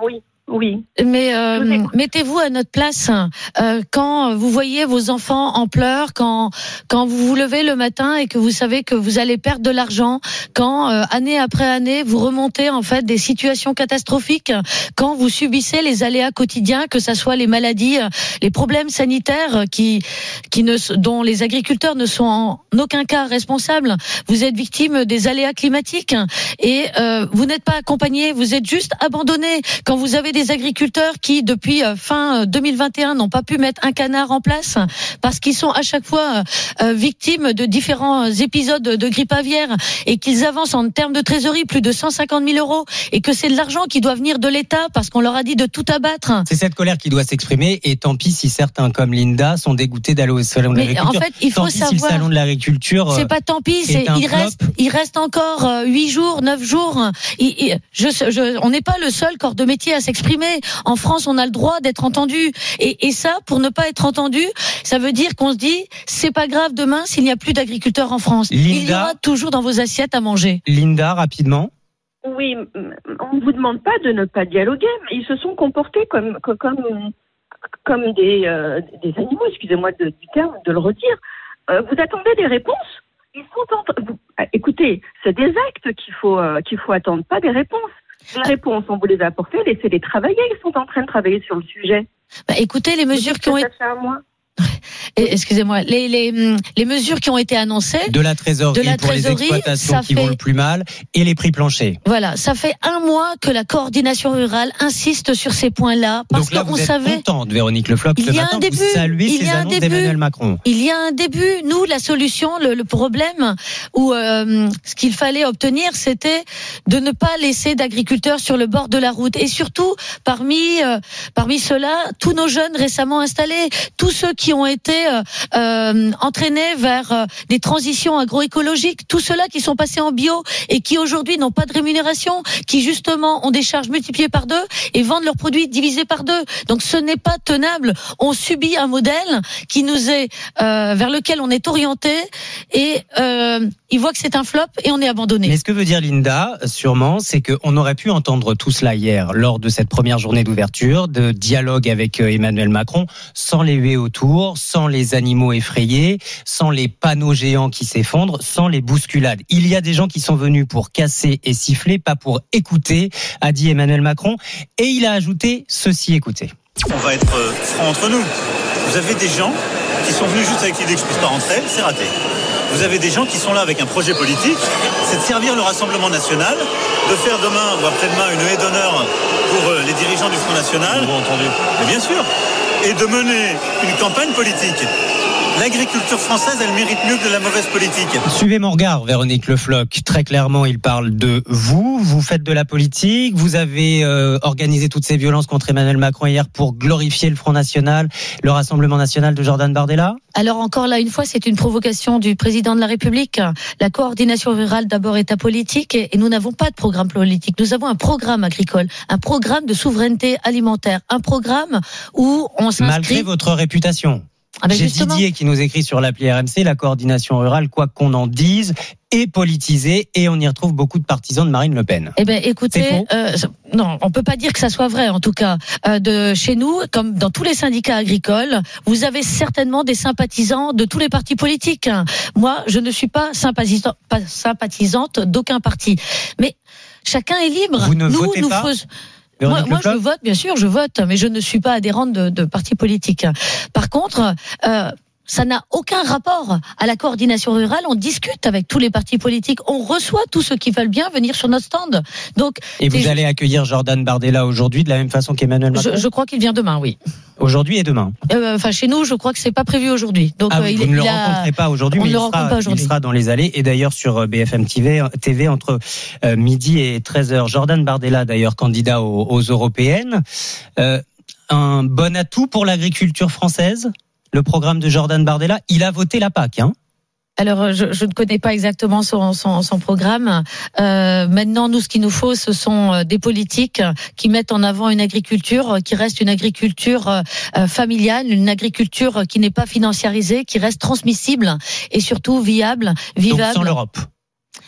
Oui. Mais euh, mettez-vous à notre place euh, quand vous voyez vos enfants en pleurs, quand quand vous vous levez le matin et que vous savez que vous allez perdre de l'argent, quand euh, année après année vous remontez en fait des situations catastrophiques, quand vous subissez les aléas quotidiens, que ça soit les maladies, les problèmes sanitaires qui qui ne dont les agriculteurs ne sont en aucun cas responsables. Vous êtes victime des aléas climatiques et euh, vous n'êtes pas accompagné, vous êtes juste abandonné. Quand vous avez des agriculteurs qui, depuis fin deux mille vingt et un, n'ont pas pu mettre un canard en place parce qu'ils sont à chaque fois euh, victimes de différents épisodes de grippe aviaire et qu'ils avancent en termes de trésorerie plus de cent cinquante mille euros et que c'est de l'argent qui doit venir de l'État parce qu'on leur a dit de tout abattre. C'est cette colère qui doit s'exprimer et tant pis si certains comme Linda sont dégoûtés d'aller au salon de Mais l'agriculture. En fait, il faut tant pis savoir. Si le salon de l'agriculture. C'est pas tant pis, c'est il flop. reste, il reste encore huit jours, neuf jours. Il, il, je, je, on n'est pas le seul corps de métier à s'exprimer. En France, on a le droit d'être entendu. Et, et ça, pour ne pas être entendu, ça veut dire qu'on se dit, c'est pas grave demain s'il n'y a plus d'agriculteurs en France. Linda, il y aura toujours dans vos assiettes à manger. Linda, rapidement. Oui, on ne vous demande pas de ne pas dialoguer, mais ils se sont comportés comme comme comme des euh, des animaux. Excusez-moi de, du terme de le redire. Euh, vous attendez des réponses. Ils sont en... vous... Écoutez, c'est des actes qu'il faut euh, qu'il faut attendre, pas des réponses. Les réponses, on vous les a apportées, laissez-les travailler. Ils sont en train de travailler sur le sujet. Bah, écoutez, les mesures qui ont été... Excusez-moi, les, les, les mesures qui ont été annoncées de la trésorerie, de la pour trésorerie, les exploitations qui fait, vont le plus mal et les prix planchers. Voilà, ça fait un mois que la coordination rurale insiste sur ces points-là parce Donc là, qu'on vous êtes savait. Contente, Véronique Le Floch, ce matin, début, vous saluez ces annonces d'Emmanuel Macron. Il y a un début. Nous, la solution, le, le problème, où euh, ce qu'il fallait obtenir, c'était de ne pas laisser d'agriculteurs sur le bord de la route et surtout parmi euh, parmi ceux-là, tous nos jeunes récemment installés, tous ceux qui ont été euh, Euh, entraînés vers euh, des transitions agroécologiques, tous ceux-là qui sont passés en bio et qui aujourd'hui n'ont pas de rémunération, qui justement ont des charges multipliées par deux et vendent leurs produits divisés par deux. Donc ce n'est pas tenable. On subit un modèle qui nous est euh, vers lequel on est orienté et euh, ils voient que c'est un flop et on est abandonné. Mais ce que veut dire Linda, sûrement, c'est qu'on aurait pu entendre tout cela hier lors de cette première journée d'ouverture, de dialogue avec Emmanuel Macron, sans les huées autour, sans les animaux effrayés, sans les panneaux géants qui s'effondrent, sans les bousculades. Il y a des gens qui sont venus pour casser et siffler, pas pour écouter, a dit Emmanuel Macron. Et il a ajouté ceci, écoutez. On va être franc entre nous. Vous avez des gens qui sont venus juste avec l'idée que je puisse pas rentrer, c'est raté. Vous avez des gens qui sont là avec un projet politique, c'est de servir le Rassemblement national, de faire demain ou après-demain une haie d'honneur pour les dirigeants du Front National. Vous m'avez entendu. Mais bien sûr. Et de mener une campagne politique. L'agriculture française, elle mérite mieux que de la mauvaise politique. Suivez mon regard, Véronique Le Floch. Très clairement, il parle de vous. Vous faites de la politique. Vous avez euh, organisé toutes ces violences contre Emmanuel Macron hier pour glorifier le Front National, le Rassemblement National de Jordan Bardella. Alors encore là, une fois, c'est une provocation du président de la République. La coordination rurale, d'abord, est apolitique et nous n'avons pas de programme politique. Nous avons un programme agricole, un programme de souveraineté alimentaire, un programme où on s'inscrit... Malgré votre réputation. Ah ben J'ai justement. Didier qui nous écrit sur l'appli R M C, la coordination rurale, quoi qu'on en dise, est politisée et on y retrouve beaucoup de partisans de Marine Le Pen. Eh ben, écoutez, euh, non, on peut pas dire que ça soit vrai. En tout cas, euh, de chez nous, comme dans tous les syndicats agricoles, vous avez certainement des sympathisants de tous les partis politiques. Moi, je ne suis pas sympathisante, pas sympathisante d'aucun parti, mais chacun est libre. Vous ne nous, votez nous pas faisons... Moi, moi je vote, bien sûr, je vote, mais je ne suis pas adhérente de, de partis politiques. Par contre, euh, ça n'a aucun rapport à la coordination rurale. On discute avec tous les partis politiques. On reçoit tous ceux qui veulent bien venir sur notre stand. Donc, et vous allez accueillir Jordan Bardella aujourd'hui de la même façon qu'Emmanuel Macron. Je, je crois qu'il vient demain, oui. Aujourd'hui et demain. Euh, enfin, chez nous, je crois que c'est pas prévu aujourd'hui. Donc, ah, euh, il, vous ne il le a... rencontrez pas aujourd'hui, mais il sera, il sera dans les allées. Et d'ailleurs sur B F M T V, T V entre euh, midi et treize heures. Jordan Bardella, d'ailleurs candidat aux, aux européennes. Euh, un bon atout pour l'agriculture française. Le programme de Jordan Bardella, il a voté la P A C, hein. Alors, je, je ne connais pas exactement son, son, son programme. Euh, maintenant, nous, ce qu'il nous faut, ce sont des politiques qui mettent en avant une agriculture qui reste une agriculture euh, familiale, une agriculture qui n'est pas financiarisée, qui reste transmissible et surtout viable, vivable. Donc sans l'Europe.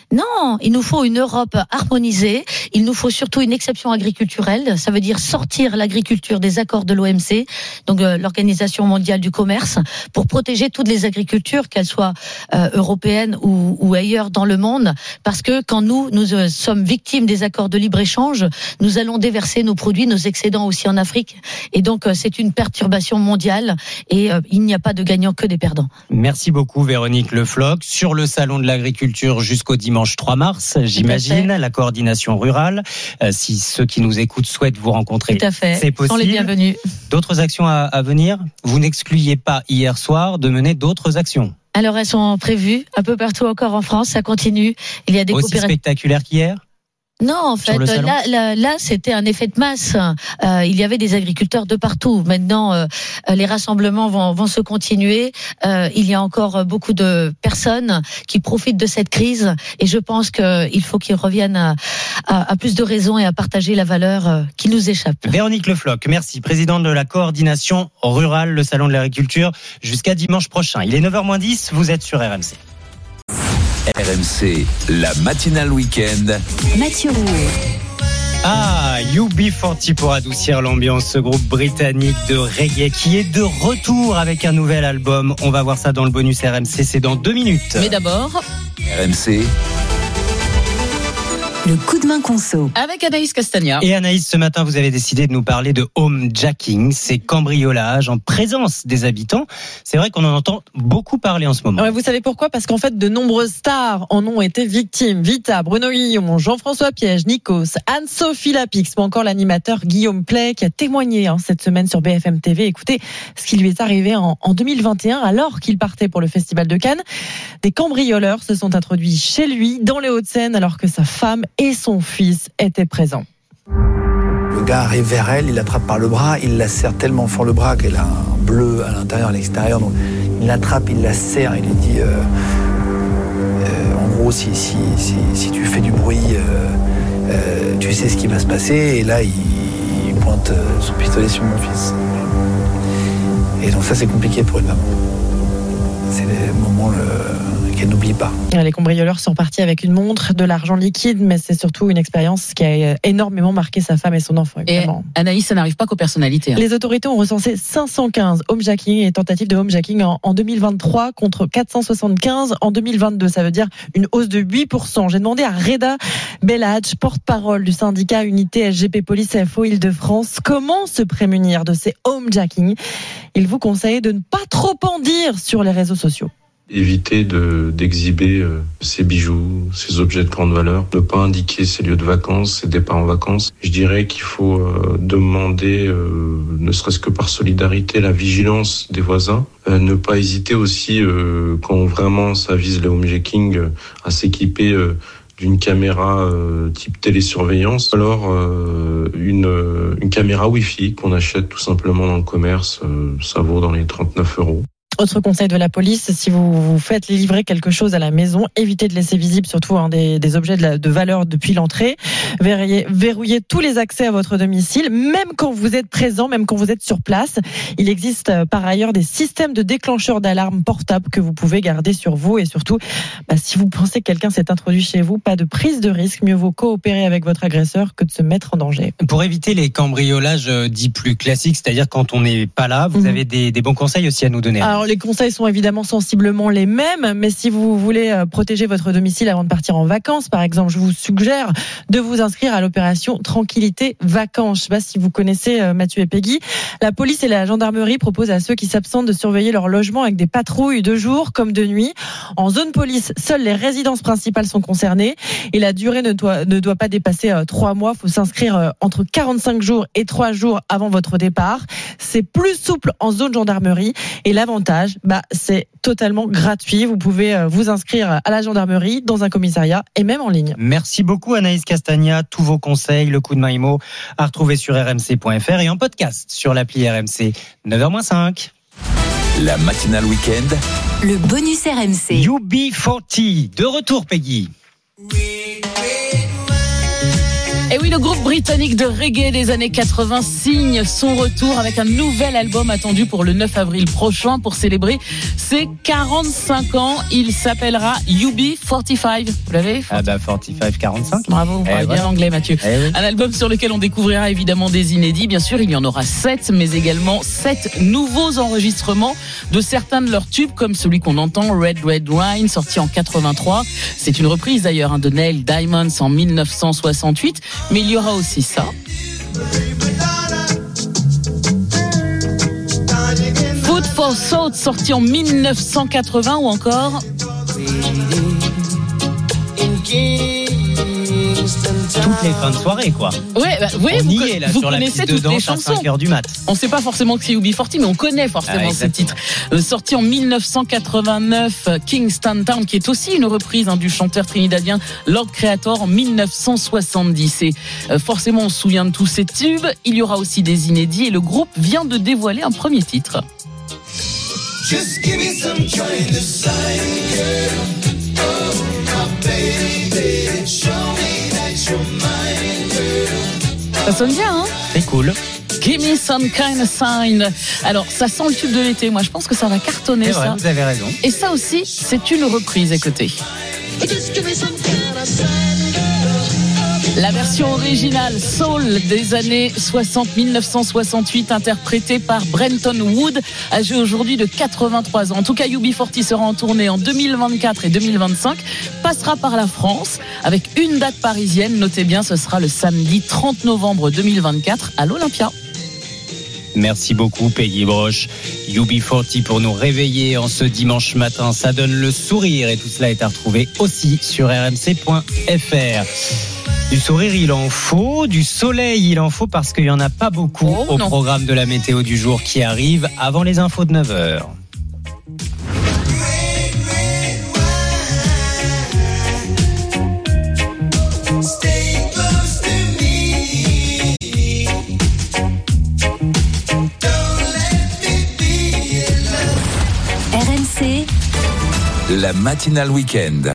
Non, il nous faut une Europe harmonisée. Il nous faut surtout une exception agriculturelle. Ça veut dire sortir l'agriculture des accords de l'O M C, donc euh, l'Organisation mondiale du commerce, pour protéger toutes les agricultures, qu'elles soient euh, européennes ou, ou ailleurs dans le monde. Parce que quand nous, nous euh, sommes victimes des accords de libre-échange, nous allons déverser nos produits, nos excédents aussi en Afrique. Et donc, euh, c'est une perturbation mondiale et euh, il n'y a pas de gagnants que des perdants. Merci beaucoup, Véronique Le Floch. Sur le salon de l'agriculture jusqu'au dimanche trois mars, j'imagine, la coordination rurale. Euh, si ceux qui nous écoutent souhaitent vous rencontrer, tout à fait. C'est possible. Sont les bienvenus. D'autres actions à, à venir? Vous n'excluiez pas hier soir de mener d'autres actions? Alors, elles sont prévues un peu partout encore en France. Ça continue. Il y a des aussi spectaculaires qu'hier? Non, en fait, là, là, là, c'était un effet de masse. Euh, il y avait des agriculteurs de partout. Maintenant, euh, les rassemblements vont, vont se continuer. Euh, il y a encore beaucoup de personnes qui profitent de cette crise, et je pense qu'il faut qu'ils reviennent à, à, à plus de raison et à partager la valeur qui nous échappe. Véronique Le Floch, merci, présidente de la coordination rurale, le salon de l'agriculture, jusqu'à dimanche prochain. Il est neuf heures moins dix, vous êtes sur R M C. R M C, la matinale week-end. Mathieu Rouault. Ah, U B quarante pour adoucir l'ambiance, ce groupe britannique de reggae qui est de retour avec un nouvel album. On va voir ça dans le bonus R M C, c'est dans deux minutes. Mais d'abord, R M C. Le coup de main conso. Avec Anaïs Castagna. Et Anaïs, ce matin, vous avez décidé de nous parler de homejacking, ces cambriolages en présence des habitants. C'est vrai qu'on en entend beaucoup parler en ce moment. Ouais, vous savez pourquoi? Parce qu'en fait, de nombreuses stars en ont été victimes. Vita, Bruno Guillon, Jean-François Piège, Nikos, Anne-Sophie Lapix, ou encore l'animateur Guillaume Play, qui a témoigné hein, cette semaine sur B F M T V. Écoutez ce qui lui est arrivé en, en deux mille vingt et un, alors qu'il partait pour le Festival de Cannes. Des cambrioleurs se sont introduits chez lui, dans les Hauts-de-Seine, alors que sa femme et son fils étaient présents. Le gars arrive vers elle, il l'attrape par le bras, il la serre tellement fort le bras qu'elle a un bleu à l'intérieur, à l'extérieur. Donc il l'attrape, il la serre, il lui dit euh, euh, en gros si, si, si, si tu fais du bruit, euh, euh, tu sais ce qui va se passer. Et là il, il pointe son pistolet sur mon fils. Et donc ça c'est compliqué pour une maman. C'est des moments le... qu'elle n'oublie pas. Les cambrioleurs sont partis avec une montre, de l'argent liquide, mais c'est surtout une expérience qui a énormément marqué sa femme et son enfant. Évidemment. Et Anaïs, ça n'arrive pas qu'aux personnalités. Hein. Les autorités ont recensé cinq cent quinze homejacking et tentatives de homejacking en, en deux mille vingt-trois contre quatre cent soixante-quinze en deux mille vingt-deux. Ça veut dire une hausse de huit pour cent. J'ai demandé à Reda Belhadj, porte-parole du syndicat Unité S G P Police F O Île-de-France, comment se prémunir de ces homejacking. Il vous conseille de ne pas trop en dire sur les réseaux sociaux. Éviter de, d'exhiber euh, ses bijoux, ses objets de grande valeur, ne pas indiquer ses lieux de vacances, ses départs en vacances. Je dirais qu'il faut euh, demander, euh, ne serait-ce que par solidarité, la vigilance des voisins. Euh, ne pas hésiter aussi, euh, quand vraiment ça vise le homejacking, euh, à s'équiper euh, d'une caméra euh, type télésurveillance, alors euh, une, euh, une caméra Wi-Fi qu'on achète tout simplement dans le commerce, euh, ça vaut dans les trente-neuf euros. Autre conseil de la police, si vous, vous faites livrer quelque chose à la maison, évitez de laisser visible surtout hein, des, des objets de, la, de valeur depuis l'entrée. Verrouillez, verrouillez tous les accès à votre domicile, même quand vous êtes présent, même quand vous êtes sur place. Il existe euh, par ailleurs des systèmes de déclencheurs d'alarme portables que vous pouvez garder sur vous. Et surtout, bah, si vous pensez que quelqu'un s'est introduit chez vous, pas de prise de risque. Mieux vaut coopérer avec votre agresseur que de se mettre en danger. Pour éviter les cambriolages dits plus classiques, c'est-à-dire quand on n'est pas là, vous mmh. avez des, des bons conseils aussi à nous donner. Alors, les conseils sont évidemment sensiblement les mêmes, mais si vous voulez protéger votre domicile avant de partir en vacances, par exemple, je vous suggère de vous inscrire à l'opération Tranquillité Vacances. Je ne sais pas si vous connaissez Mathieu et Peggy. La police et la gendarmerie proposent à ceux qui s'absentent de surveiller leur logement avec des patrouilles de jour comme de nuit. En zone police, seules les résidences principales sont concernées et la durée ne doit, ne doit pas dépasser trois mois. Il faut s'inscrire entre quarante-cinq jours et trois jours avant votre départ. C'est plus souple en zone gendarmerie et l'avantage, bah, c'est totalement gratuit. Vous pouvez vous inscrire à la gendarmerie, dans un commissariat et même en ligne. Merci beaucoup Anaïs Castagna. Tous vos conseils, le coup de main IMO à retrouver sur r m c point f r et en podcast sur l'appli R M C. neuf heures moins cinq. La matinale week-end. Le bonus R M C. U B quarante. De retour Peggy. Et oui, le groupe britannique de reggae des années quatre-vingts signe son retour avec un nouvel album attendu pour le neuf avril prochain pour célébrer ses quarante-cinq ans. Il s'appellera U B quarante-cinq. Vous l'avez ? Ah bah quarante-cinq, quarante-cinq. Bravo, vous eh parlez voilà. bien anglais, Mathieu. Eh oui. Un album sur lequel on découvrira évidemment des inédits. Bien sûr, il y en aura sept, mais également sept nouveaux enregistrements de certains de leurs tubes, comme celui qu'on entend, Red Red Wine, sorti en quatre-vingt-trois. C'est une reprise d'ailleurs hein, de Neil Diamonds en dix-neuf cent soixante-huit. Mais il y aura aussi ça. Food for Thought, sorti en dix-neuf cent quatre-vingts, ou encore Toutes les fins de soirée, quoi. Ouais, bah, ouais, on vous, y est là vous sur la connaissez piste de toutes les danse à chansons. cinq heures du mat. On ne sait pas forcément que c'est U B quarante, mais on connaît forcément Ah, ce titre. Euh, sorti en dix-neuf cent quatre-vingt-neuf, Kingston Town, qui est aussi une reprise hein, du chanteur trinidadien Lord Creator en dix-neuf cent soixante-dix. Et euh, forcément, on se souvient de tous ces tubes. Il y aura aussi des inédits et le groupe vient de dévoiler un premier titre. Just give me some kind of sign, girl. Oh, my baby, show me that you're mine, girl. Ça sonne bien, hein ? C'est cool. Give me some kind of sign. Alors, ça sent le tube de l'été. Moi, je pense que ça va cartonner, C'est vrai, ça. vous avez raison. Et ça aussi, c'est une reprise. Écoutez. Just give me some kind of sign, girl. La version originale Soul des années soixante, dix-neuf cent soixante-huit, interprétée par Brenton Wood, âgé aujourd'hui de quatre-vingt-trois ans. En tout cas, U B quarante sera en tournée en deux mille vingt-quatre et deux mille vingt-cinq, passera par la France avec une date parisienne. Notez bien, ce sera le samedi trente novembre deux mille vingt-quatre à l'Olympia. Merci beaucoup, Peggy Broche. U B quarante pour nous réveiller en ce dimanche matin. Ça donne le sourire et tout cela est à retrouver aussi sur r m c point f r. Du sourire, il en faut. Du soleil, il en faut parce qu'il n'y en a pas beaucoup oh, au non. programme de la météo du jour qui arrive avant les infos de neuf heures. La matinale week-end.